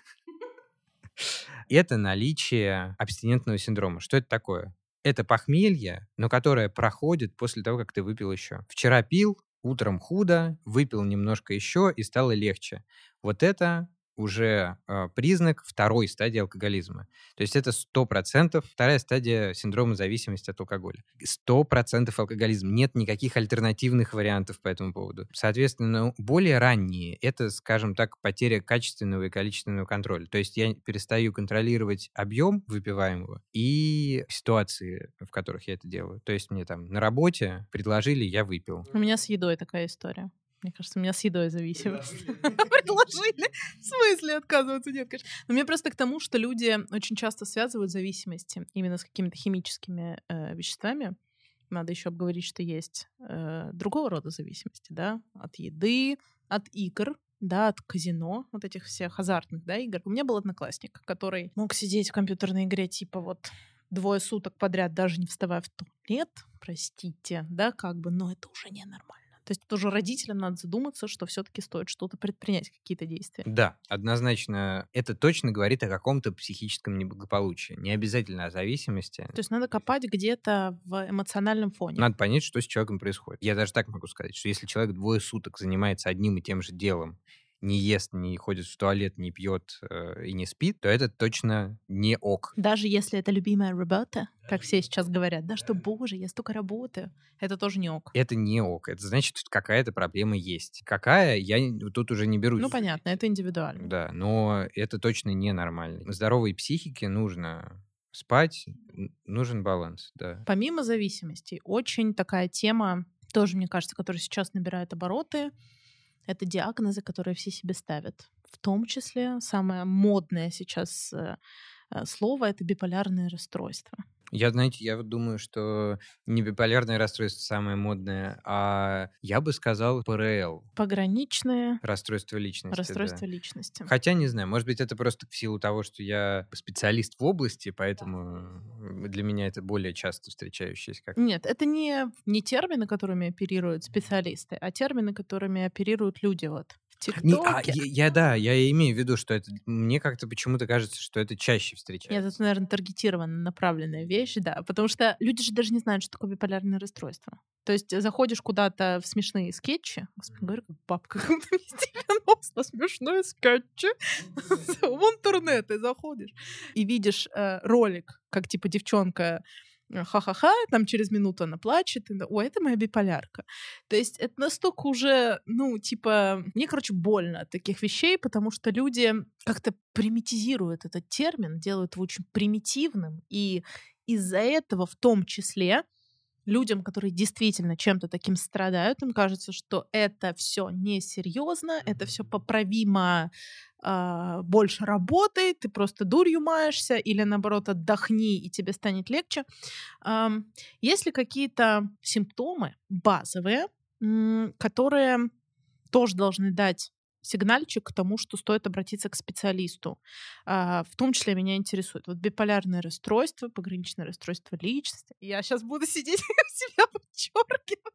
Это наличие абстинентного синдрома. Что это такое? Это похмелье, но которое проходит после того, как ты выпил еще. Вчера пил, утром худо, выпил немножко еще и стало легче. Вот это уже признак второй стадии алкоголизма. То есть это 100% вторая стадия синдрома зависимости от алкоголя. 100% алкоголизм. Нет никаких альтернативных вариантов по этому поводу. Соответственно, более ранние — это, скажем так, потеря качественного и количественного контроля. То есть я перестаю контролировать объем выпиваемого и ситуации, в которых я это делаю. То есть мне там на работе предложили, я выпил. У меня с едой такая история. Мне кажется, у меня с едой зависимость. Предложили. В смысле отказываться? Нет, конечно. Но мне просто к тому, что люди очень часто связывают зависимости именно с какими-то химическими веществами. Надо еще обговорить, что есть другого рода зависимости, да, от еды, от игр, да, от казино, вот этих всех азартных, да, игр. У меня был одноклассник, который мог сидеть в компьютерной игре типа 2 суток подряд, даже не вставая в туалет, простите, да, но это уже ненормально. То есть тоже родителям надо задуматься, что все-таки стоит что-то предпринять, какие-то действия. Да, однозначно. Это точно говорит о каком-то психическом неблагополучии. Не обязательно о зависимости. То есть надо копать где-то в эмоциональном фоне. Надо понять, что с человеком происходит. Я даже так могу сказать, что если человек 2 суток занимается одним и тем же делом, не ест, не ходит в туалет, не пьет и не спит, то это точно не ок. Даже если это любимая работа, как все сейчас говорят, да что, боже, я столько работаю, это тоже не ок. Это не ок. Это значит, что какая-то проблема есть. Какая, я тут уже не берусь. Ну, понятно, это индивидуально. Да, но это точно ненормально. Здоровой психике нужно спать, нужен баланс, да. Помимо зависимостей, очень такая тема, тоже, мне кажется, которая сейчас набирает обороты, это диагнозы, которые все себе ставят. В том числе самое модное сейчас слово — это биполярное расстройство. Знаете, я вот думаю, что не биполярное расстройство самое модное, а я бы сказал ПРЛ. Пограничное Расстройство личности, расстройство да. личности. Хотя, не знаю, может быть, это просто в силу того, что я специалист в области, поэтому для меня это более часто встречающееся как. Нет, это не термины, которыми оперируют специалисты, а термины, которыми оперируют люди вот в ТикТоке. Я имею в виду, что это мне как-то почему-то кажется, что это чаще встречается. Нет, это, наверное, таргетированная, направленная вещь, да, потому что люди же даже не знают, что такое биполярное расстройство. То есть заходишь куда-то в смешные скетчи, господи, говорю, как бабка, как будто мне 90 смешные скетчи, в интернет ты заходишь и видишь ролик, как типа девчонка ха-ха-ха, там через минуту она плачет, и, ой, это моя биполярка. То есть это настолько уже, мне, больно от таких вещей, потому что люди как-то примитизируют этот термин, делают его очень примитивным, и из-за этого в том числе людям, которые действительно чем-то таким страдают, им кажется, что это все несерьезно, это все поправимо, больше работай, ты просто дурью маешься, или наоборот отдохни, и тебе станет легче. Есть ли какие-то симптомы базовые, которые тоже должны дать сигнальчик к тому, что стоит обратиться к специалисту? В том числе меня интересует вот биполярное расстройство, пограничное расстройство личности. Я сейчас буду сидеть и себя подчеркивать.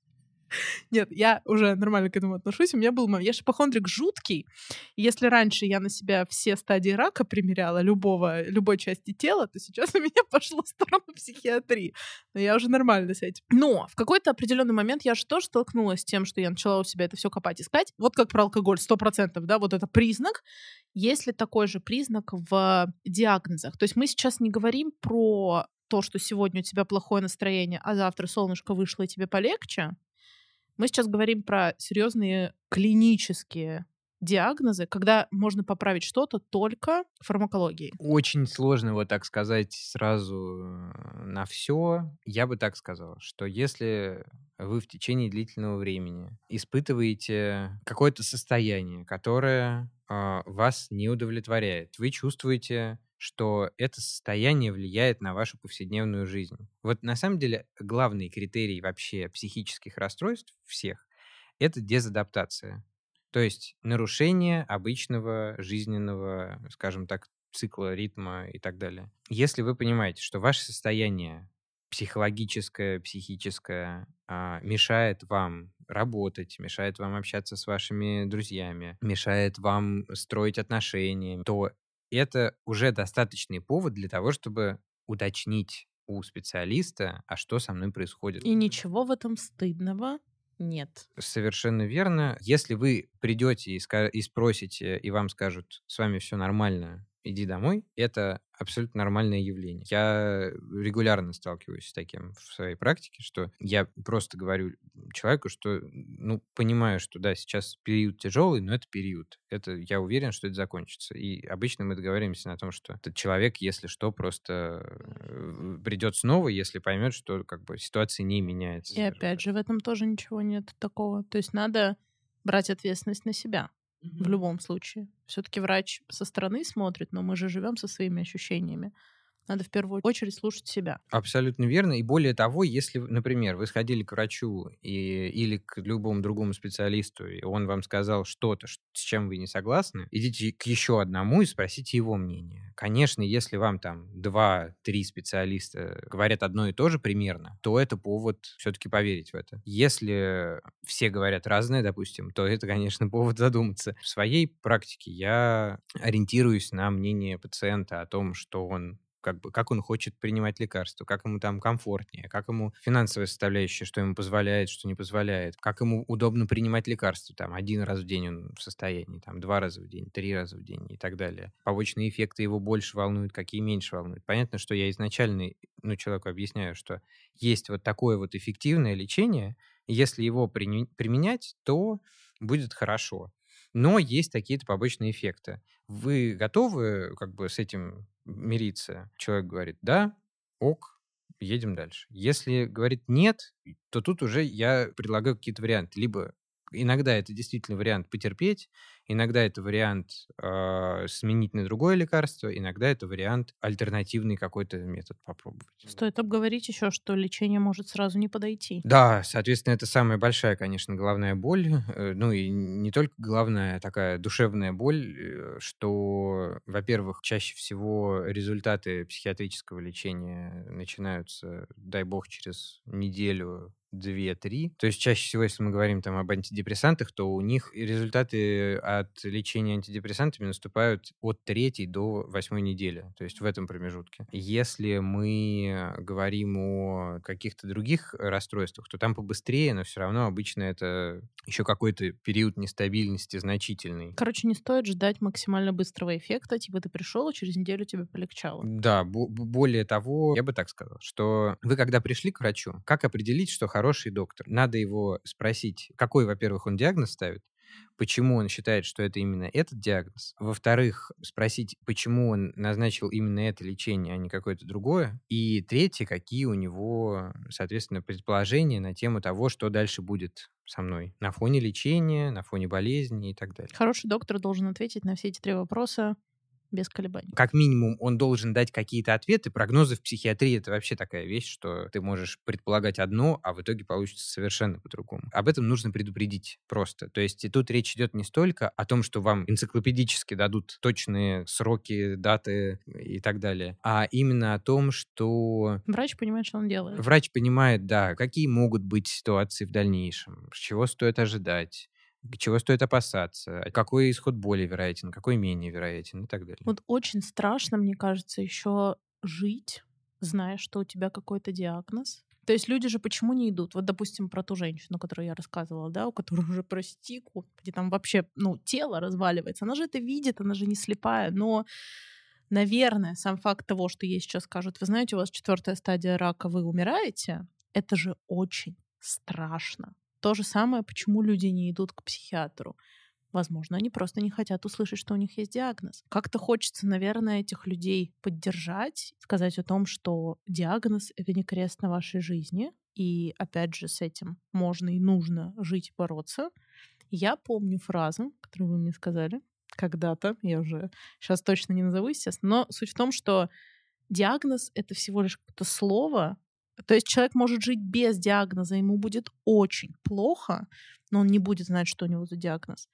Нет, я уже нормально к этому отношусь. У меня был момент. Я же ипохондрик жуткий. И если раньше я на себя все стадии рака примеряла любой части тела, то сейчас у меня пошло в сторону психиатрии. Но я уже нормально с этим. Но в какой-то определенный момент я же тоже столкнулась с тем, что я начала у себя это все копать, искать. Вот как про алкоголь, 100%, да, вот это признак. Есть ли такой же признак в диагнозах? То есть мы сейчас не говорим про то, что сегодня у тебя плохое настроение, а завтра солнышко вышло и тебе полегче. Мы сейчас говорим про серьезные клинические диагнозы, когда можно поправить что-то только фармакологией. Очень сложно вот так сказать сразу на все. Я бы так сказал, что если вы в течение длительного времени испытываете какое-то состояние, которое вас не удовлетворяет, вы чувствуете, что это состояние влияет на вашу повседневную жизнь. Вот на самом деле главный критерий вообще психических расстройств всех — это дезадаптация. То есть нарушение обычного жизненного, скажем так, цикла, ритма и так далее. Если вы понимаете, что ваше состояние психологическое, психическое мешает вам работать, мешает вам общаться с вашими друзьями, мешает вам строить отношения, то это уже достаточный повод для того, чтобы уточнить у специалиста, а что со мной происходит. И ничего в этом стыдного нет. Совершенно верно. Если вы придете и спросите, и вам скажут, с вами все нормально, иди домой, это абсолютно нормальное явление. Я регулярно сталкиваюсь с таким в своей практике, что я просто говорю человеку, что, понимаю, что да, сейчас период тяжелый, но это период. Я уверен, что это закончится. И обычно мы договариваемся на том, что этот человек, если что, просто придет снова, если поймет, что ситуация не меняется. И опять же, в этом тоже ничего нет такого. То есть надо брать ответственность на себя. В любом случае. Все-таки врач со стороны смотрит, но мы же живем со своими ощущениями. Надо в первую очередь слушать себя. Абсолютно верно. И более того, если, например, вы сходили к врачу или к любому другому специалисту, и он вам сказал что-то, с чем вы не согласны, идите к еще одному и спросите его мнение. Конечно, если вам там 2-3 специалиста говорят одно и то же примерно, то это повод все-таки поверить в это. Если все говорят разное, допустим, то это, конечно, повод задуматься. В своей практике я ориентируюсь на мнение пациента о том, что он как он хочет принимать лекарства, как ему там комфортнее, как ему финансовая составляющая, что ему позволяет, что не позволяет, как ему удобно принимать лекарства, там, 1 раз в день он в состоянии, там, 2 раза в день, 3 раза в день и так далее. Побочные эффекты его больше волнуют, какие меньше волнуют. Понятно, что я изначально, человеку объясняю, что есть вот такое вот эффективное лечение, и если его применять, то будет хорошо. Но есть какие-то побочные эффекты. Вы готовы с этим мириться? Человек говорит: да, ок, едем дальше. Если говорит нет, то тут уже я предлагаю какие-то варианты. Либо иногда это действительно вариант потерпеть, иногда это вариант сменить на другое лекарство, иногда это вариант альтернативный какой-то метод попробовать. Стоит обговорить еще, что лечение может сразу не подойти. Да, соответственно, это самая большая, конечно, головная боль. Ну и не только головная, такая душевная боль, что, во-первых, чаще всего результаты психиатрического лечения начинаются, дай бог, через неделю, 2-3. То есть чаще всего, если мы говорим там об антидепрессантах, то у них результаты от лечения антидепрессантами наступают от 3 до 8 недели, то есть в этом промежутке. Если мы говорим о каких-то других расстройствах, то там побыстрее, но все равно обычно это еще какой-то период нестабильности значительный. Короче, не стоит ждать максимально быстрого эффекта, типа ты пришел, и через неделю тебе полегчало. Да, более того, я бы так сказал, что вы когда пришли к врачу, как определить, что хороший доктор? Надо его спросить, какой, во-первых, он диагноз ставит, почему он считает, что это именно этот диагноз. Во-вторых, спросить, почему он назначил именно это лечение, а не какое-то другое. И третье, какие у него, соответственно, предположения на тему того, что дальше будет со мной на фоне лечения, на фоне болезни и так далее. Хороший доктор должен ответить на все эти 3 вопроса без колебаний. Как минимум, он должен дать какие-то ответы. Прогнозы в психиатрии — это вообще такая вещь, что ты можешь предполагать одно, а в итоге получится совершенно по-другому. Об этом нужно предупредить просто. То есть и тут речь идет не столько о том, что вам энциклопедически дадут точные сроки, даты и так далее, а именно о том, что Врач понимает, что он делает. врач понимает, да, какие могут быть ситуации в дальнейшем, чего стоит ожидать, чего стоит опасаться, какой исход более вероятен, какой менее вероятен и так далее. Вот очень страшно, мне кажется, еще жить, зная, что у тебя какой-то диагноз. То есть люди же почему не идут? Вот, допустим, про ту женщину, которую я рассказывала, да, у которой уже, прости, господи, там вообще, тело разваливается. Она же это видит, она же не слепая, но, наверное, сам факт того, что ей сейчас скажут: вы знаете, у вас 4-я стадия рака, вы умираете, это же очень страшно. То же самое, почему люди не идут к психиатру. Возможно, они просто не хотят услышать, что у них есть диагноз. Как-то хочется, наверное, этих людей поддержать, сказать о том, что диагноз — это не крест на вашей жизни. И, опять же, с этим можно и нужно жить и бороться. Я помню фразу, которую вы мне сказали когда-то. Я уже сейчас точно не назову, естественно. Но суть в том, что диагноз — это всего лишь какое-то слово. То есть человек может жить без диагноза, ему будет очень плохо, но он не будет знать, что у него за диагноз.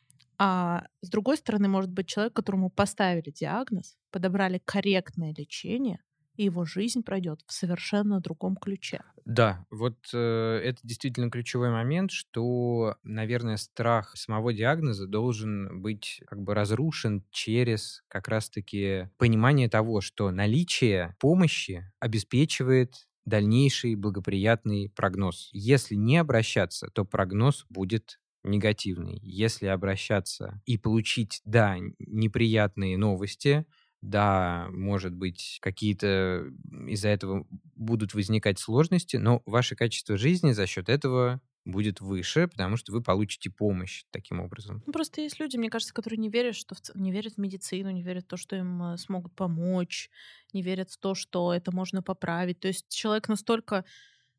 А с другой стороны, может быть человек, которому поставили диагноз, подобрали корректное лечение, и его жизнь пройдет в совершенно другом ключе. Да, вот это действительно ключевой момент, что, наверное, страх самого диагноза должен быть разрушен через как раз-таки понимание того, что наличие помощи обеспечивает дальнейший благоприятный прогноз. Если не обращаться, то прогноз будет негативный. Если обращаться и получить, да, неприятные новости, да, может быть, какие-то из-за этого будут возникать сложности, но ваше качество жизни за счет этого будет выше, потому что вы получите помощь таким образом. Просто есть люди, мне кажется, которые не верят, не верят в медицину, не верят в то, что им смогут помочь, не верят в то, что это можно поправить. То есть человек настолько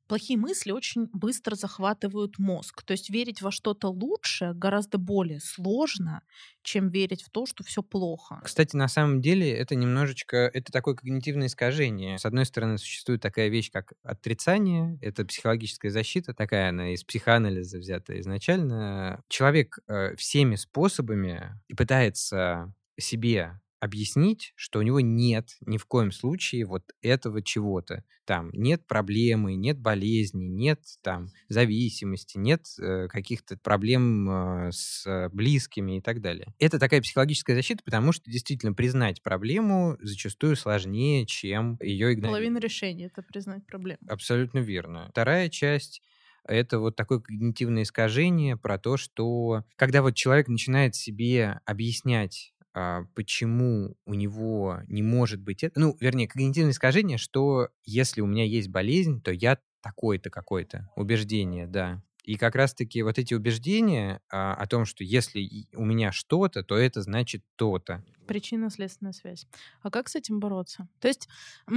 Плохие мысли очень быстро захватывают мозг. То есть верить во что-то лучшее гораздо более сложно, чем верить в то, что все плохо. Кстати, на самом деле это немножечко, это такое когнитивное искажение. С одной стороны, существует такая вещь, как отрицание, это психологическая защита, такая она из психоанализа взята изначально. Человек всеми способами пытается себе объяснить, что у него нет ни в коем случае вот этого чего-то. Там нет проблемы, нет болезни, нет там зависимости, нет каких-то проблем с близкими и так далее. Это такая психологическая защита, потому что действительно признать проблему зачастую сложнее, чем ее игнорировать. Половина решения — это признать проблему. Абсолютно верно. Вторая часть — это вот такое когнитивное искажение про то, что когда вот человек начинает себе объяснять, почему у него не может быть это, ну, вернее, когнитивное искажение, что если у меня есть болезнь, то я такой-то, какой-то. Убеждение, да. И как раз-таки вот эти убеждения о том, что если у меня что-то, то это значит то-то. Причинно-следственная связь. А как с этим бороться? То есть,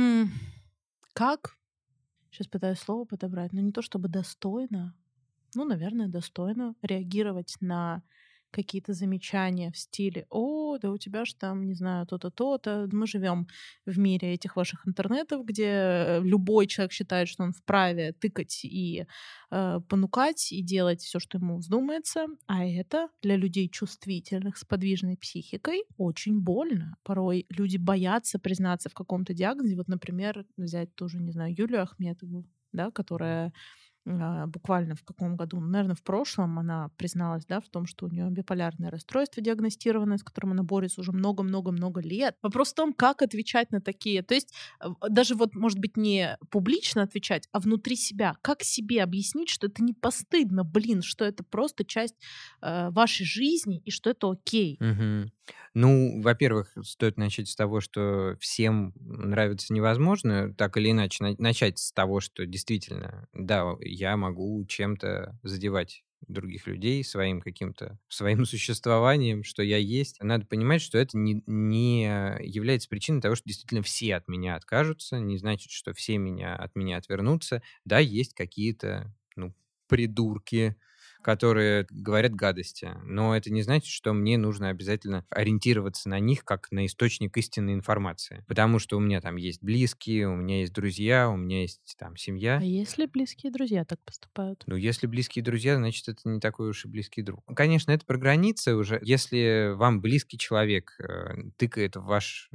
как? Сейчас пытаюсь слово подобрать, но не то чтобы достойно, ну, наверное, достойно реагировать на какие-то замечания в стиле: «О, да у тебя ж там, не знаю, то-то, то-то». Мы живем в мире этих ваших интернетов, где любой человек считает, что он вправе тыкать и понукать, и делать все, что ему вздумается. А это для людей чувствительных, с подвижной психикой, очень больно. Порой люди боятся признаться в каком-то диагнозе. Вот, например, взять тоже, не знаю, Юлию Ахметову, да, которая буквально в каком году, наверное, в прошлом она призналась, да, в том, что у нее биполярное расстройство диагностированное, с которым она борется уже много-много-много лет. Вопрос в том, как отвечать на такие. То есть даже вот, может быть, не публично отвечать, а внутри себя. Как себе объяснить, что это не постыдно, что это просто часть вашей жизни и что это окей. Мгм. Ну, во-первых, стоит начать с того, что всем нравится невозможно, так или иначе, начать с того, что действительно, да, я могу чем-то задевать других людей своим каким-то, своим существованием, что я есть. Надо понимать, что это не является причиной того, что действительно все от меня откажутся, не значит, что все от меня отвернутся. Да, есть какие-то, ну, придурки, которые говорят гадости. Но это не значит, что мне нужно обязательно ориентироваться на них как на источник истинной информации. Потому что у меня там есть близкие, у меня есть друзья, у меня есть там семья. А если близкие друзья так поступают? Ну, если близкие друзья, значит, это не такой уж и близкий друг. Конечно, это про границы уже. Если вам близкий человек тыкает в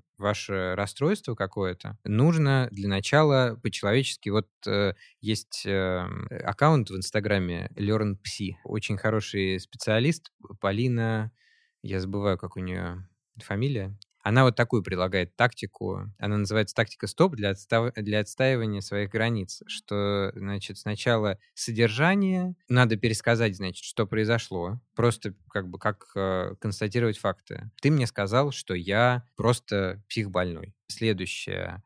ваше расстройство какое-то, нужно для начала по-человечески... Вот есть аккаунт в Инстаграме LearnPsy. Очень хороший специалист. Полина, я забываю, как у нее фамилия. Она вот такую предлагает тактику. Она называется тактика стоп для отстаивания своих границ. Что, значит, сначала содержание, надо пересказать, значит, что произошло. Просто как констатировать факты. Ты мне сказал, что я просто психбольной. Следующее.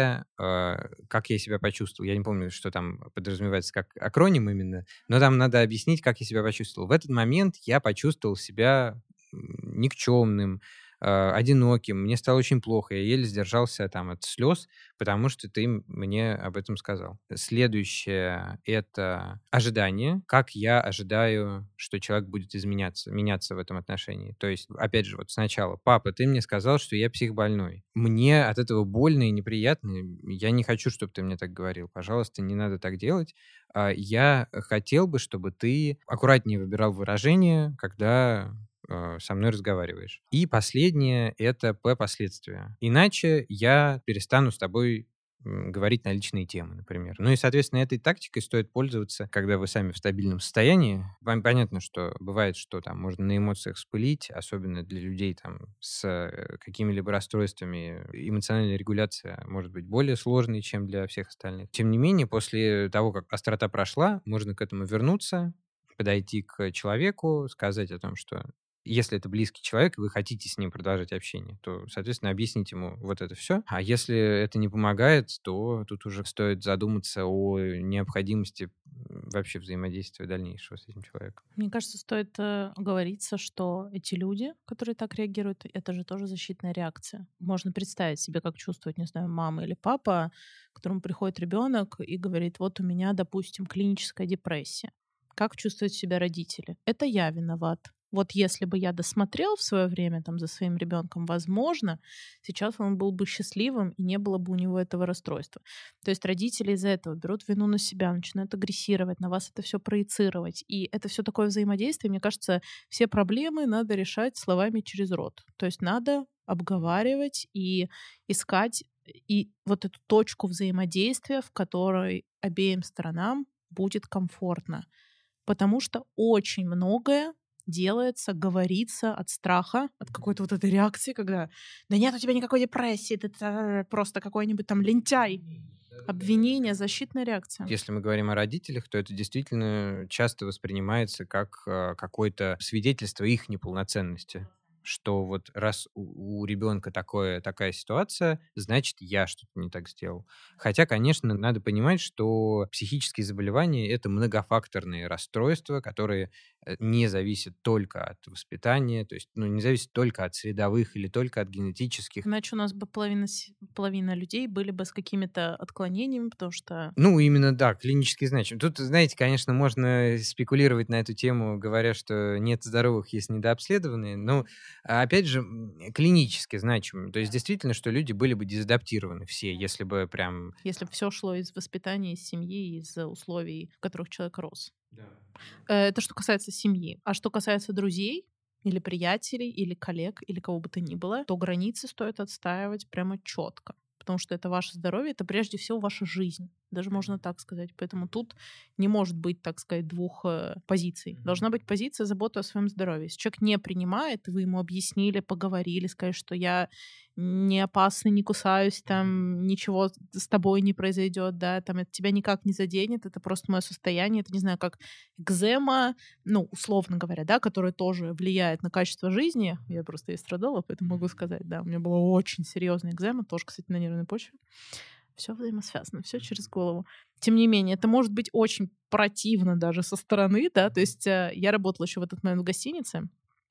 Как я себя почувствовал. Я не помню, что там подразумевается как акроним именно, но там надо объяснить, как я себя почувствовал. В этот момент я почувствовал себя никчемным, одиноким, мне стало очень плохо, я еле сдержался там от слез, потому что ты мне об этом сказал. Следующее — это ожидание, как я ожидаю, что человек будет меняться в этом отношении. То есть, опять же, вот сначала: папа, ты мне сказал, что я психбольной. Мне от этого больно и неприятно, я не хочу, чтобы ты мне так говорил, пожалуйста, не надо так делать. Я хотел бы, чтобы ты аккуратнее выбирал выражения, когда со мной разговариваешь. И последнее — это последствия. Иначе я перестану с тобой говорить на личные темы, например. Ну и, соответственно, этой тактикой стоит пользоваться, когда вы сами в стабильном состоянии. Вам понятно, что бывает, что там можно на эмоциях вспылить, особенно для людей там с какими-либо расстройствами. Эмоциональная регуляция может быть более сложной, чем для всех остальных. Тем не менее, после того, как острота прошла, можно к этому вернуться, подойти к человеку, сказать о том, что если это близкий человек, и вы хотите с ним продолжать общение, то, соответственно, объяснить ему вот это все. А если это не помогает, то тут уже стоит задуматься о необходимости вообще взаимодействия дальнейшего с этим человеком. Мне кажется, стоит оговориться, что эти люди, которые так реагируют, это же тоже защитная реакция. Можно представить себе, как чувствует, не знаю, мама или папа, к которому приходит ребенок и говорит: вот у меня, допустим, клиническая депрессия. Как чувствуют себя родители? Это я виноват. Вот если бы я досмотрел в свое время там за своим ребенком, возможно, сейчас он был бы счастливым и не было бы у него этого расстройства. То есть родители из-за этого берут вину на себя, начинают агрессировать, на вас это все проецировать. И это все такое взаимодействие. Мне кажется, все проблемы надо решать словами через рот. То есть надо обговаривать и искать и вот эту точку взаимодействия, в которой обеим сторонам будет комфортно. Потому что очень многое делается, говорится от страха, от какой-то вот этой реакции, когда да нет у тебя никакой депрессии, ты просто какой-нибудь там лентяй. Обвинение, защитная реакция. Если мы говорим о родителях, то это действительно часто воспринимается как какое-то свидетельство их неполноценности. Что вот раз у ребенка такая ситуация, значит, я что-то не так сделал. Хотя, конечно, надо понимать, что психические заболевания — это многофакторные расстройства, которые не зависят только от воспитания, то есть не зависят только от средовых или только от генетических. Иначе у нас бы половина людей были бы с какими-то отклонениями, потому что... Именно, да, клинически значим. Тут, знаете, конечно, можно спекулировать на эту тему, говоря, что нет здоровых, есть недообследованные, но, опять же, клинически значимы. То есть, действительно, что люди были бы дезадаптированы все, если бы прям... Если бы все шло из воспитания, из семьи, из условий, в которых человек рос. Да. Это что касается семьи. А что касается друзей, или приятелей, или коллег, или кого бы то ни было, то границы стоит отстаивать прямо четко. Потому что это ваше здоровье, это прежде всего ваша жизнь. Даже можно так сказать. Поэтому тут не может быть, так сказать, двух позиций. Должна быть позиция заботы о своем здоровье. Если человек не принимает, вы ему объяснили, поговорили, сказали, что я не опасный, не кусаюсь, там ничего с тобой не произойдет, да, там это тебя никак не заденет, это просто мое состояние, это, не знаю, как экзема, условно говоря, да, которая тоже влияет на качество жизни. Я просто ей страдала, поэтому могу сказать, да, у меня была очень серьезная экзема, тоже, кстати, на нервной почве. Все взаимосвязано, все через голову. Тем не менее, это может быть очень противно даже со стороны, да, то есть я работала еще в этот момент в гостинице,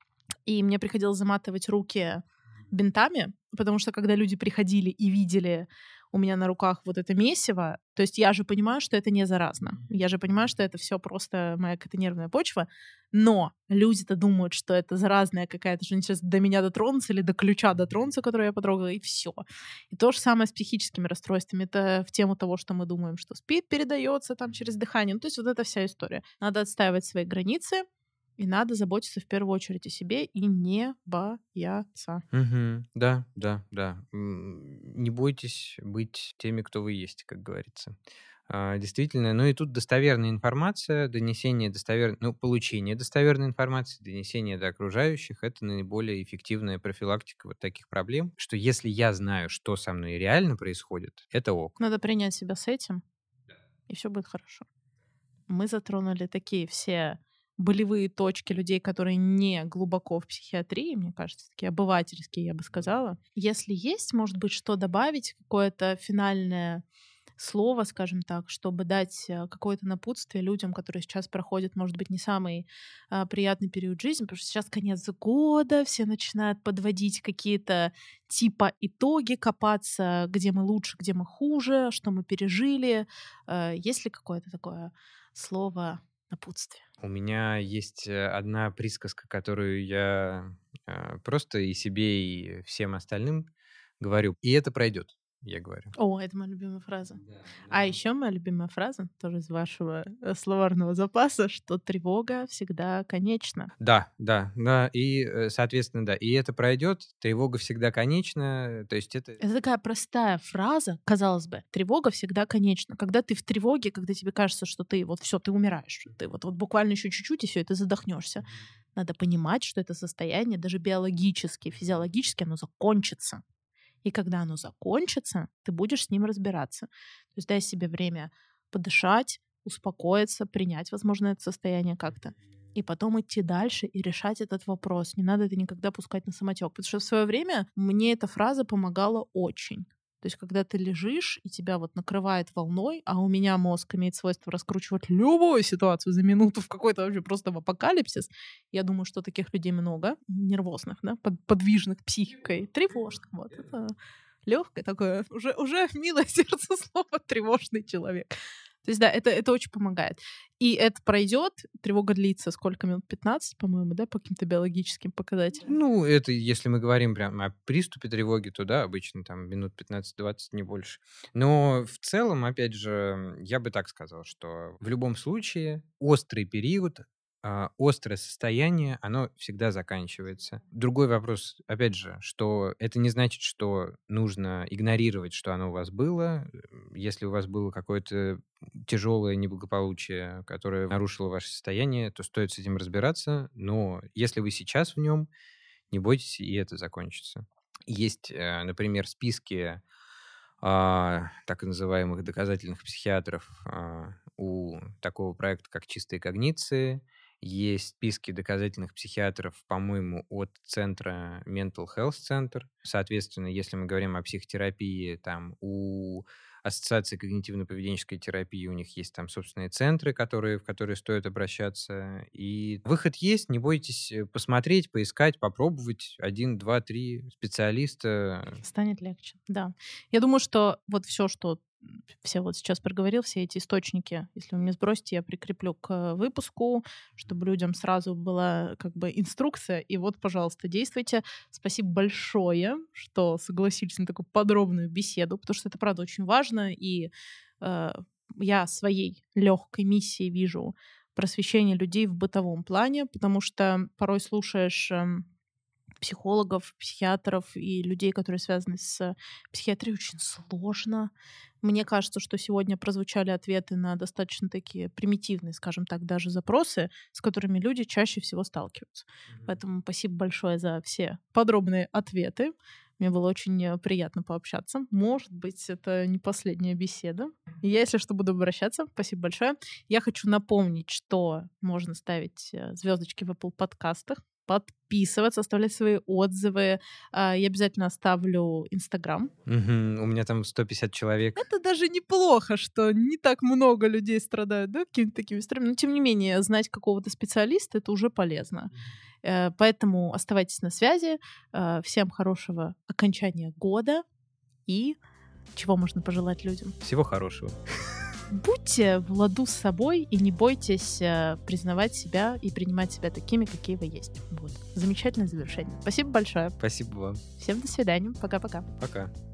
и мне приходилось заматывать руки бинтами, потому что когда люди приходили и видели у меня на руках вот это месиво, то есть я же понимаю, что это не заразно. Я же понимаю, что это все просто моя какая-то нервная почва, но люди-то думают, что это заразная какая-то, что они сейчас до меня дотронутся или до ключа дотронутся, который я потрогала, и все. И то же самое с психическими расстройствами. Это в тему того, что мы думаем, что СПИД передается там через дыхание. То есть вот эта вся история. Надо отстаивать свои границы, и надо заботиться в первую очередь о себе и не бояться. Да. Не бойтесь быть теми, кто вы есть, как говорится. Действительно, и тут достоверная информация, получение достоверной информации, донесение до окружающих — это наиболее эффективная профилактика вот таких проблем, что если я знаю, что со мной реально происходит, это ок. Надо принять себя с этим, и все будет хорошо. Мы затронули такие все болевые точки людей, которые не глубоко в психиатрии, мне кажется, такие обывательские, я бы сказала. Если есть, может быть, что добавить, какое-то финальное слово, скажем так, чтобы дать какое-то напутствие людям, которые сейчас проходят, может быть, не самый приятный период жизни, потому что сейчас конец года, все начинают подводить какие-то типа итоги, копаться, где мы лучше, где мы хуже, что мы пережили. Есть ли какое-то такое слово напутствие? У меня есть одна присказка, которую я просто и себе, и всем остальным говорю. И это пройдет, я говорю. О, это моя любимая фраза. А еще моя любимая фраза, тоже из вашего словарного запаса, что тревога всегда конечна. Да. И, соответственно, да. И это пройдет, тревога всегда конечна. То есть это... Это такая простая фраза, казалось бы. Тревога всегда конечна. Когда ты в тревоге, когда тебе кажется, что ты ты умираешь, ты вот буквально еще чуть-чуть, и все, и ты задохнешься. Надо понимать, что это состояние даже биологически, физиологически, оно закончится. И когда оно закончится, ты будешь с ним разбираться. То есть дай себе время подышать, успокоиться, принять, возможно, это состояние как-то. И потом идти дальше и решать этот вопрос. Не надо это никогда пускать на самотек. Потому что в свое время мне эта фраза помогала очень. То есть, когда ты лежишь, и тебя вот накрывает волной, а у меня мозг имеет свойство раскручивать любую ситуацию за минуту в какой-то вообще просто в апокалипсис. Я думаю, что таких людей много, нервозных, да, подвижных психикой, тревожных. Вот это легкое такое, уже милое сердцу слово «тревожный человек». То есть, да, это очень помогает. И это пройдет, тревога длится сколько минут? 15, по-моему, да, по каким-то биологическим показателям? Ну, это если мы говорим прям о приступе тревоги, то да, обычно там минут 15-20, не больше. Но в целом, опять же, я бы так сказал, что в любом случае острый период, острое состояние, оно всегда заканчивается. Другой вопрос, опять же, что это не значит, что нужно игнорировать, что оно у вас было. Если у вас было какое-то тяжелое неблагополучие, которое нарушило ваше состояние, то стоит с этим разбираться. Но если вы сейчас в нем, не бойтесь, и это закончится. Есть, например, списки так называемых доказательных психиатров у такого проекта, как «Чистые когниции». Есть списки доказательных психиатров, по-моему, от центра Mental Health Center. Соответственно, если мы говорим о психотерапии, там у Ассоциации когнитивно-поведенческой терапии у них есть там собственные центры, в которые стоит обращаться. И выход есть, не бойтесь посмотреть, поискать, попробовать. 1, 2, 3 специалиста. Станет легче, да. Я думаю, что вот все вот сейчас проговорил, все эти источники, если вы мне сбросите, я прикреплю к выпуску, чтобы людям сразу была как бы инструкция. И вот, пожалуйста, действуйте. Спасибо большое, что согласились на такую подробную беседу, потому что это, правда, очень важно. И я своей легкой миссией вижу просвещение людей в бытовом плане, потому что порой слушаешь психологов, психиатров и людей, которые связаны с психиатрией, очень сложно. Мне кажется, что сегодня прозвучали ответы на достаточно такие примитивные, скажем так, даже запросы, с которыми люди чаще всего сталкиваются. Поэтому спасибо большое за все подробные ответы. Мне было очень приятно пообщаться. Может быть, это не последняя беседа. Я, если что, буду обращаться. Спасибо большое. Я хочу напомнить, что можно ставить звездочки в Apple подкастах, подписываться, оставлять свои отзывы. Я обязательно оставлю Инстаграм. У меня там 150 человек. Это даже неплохо, что не так много людей страдают, да, какими-то такими историями. Но, тем не менее, знать какого-то специалиста — это уже полезно. Поэтому оставайтесь на связи. Всем хорошего окончания года. И чего можно пожелать людям? Всего хорошего. Будьте в ладу с собой и не бойтесь признавать себя и принимать себя такими, какие вы есть. Вот. Замечательное завершение. Спасибо большое. Спасибо вам. Всем до свидания. Пока-пока. Пока.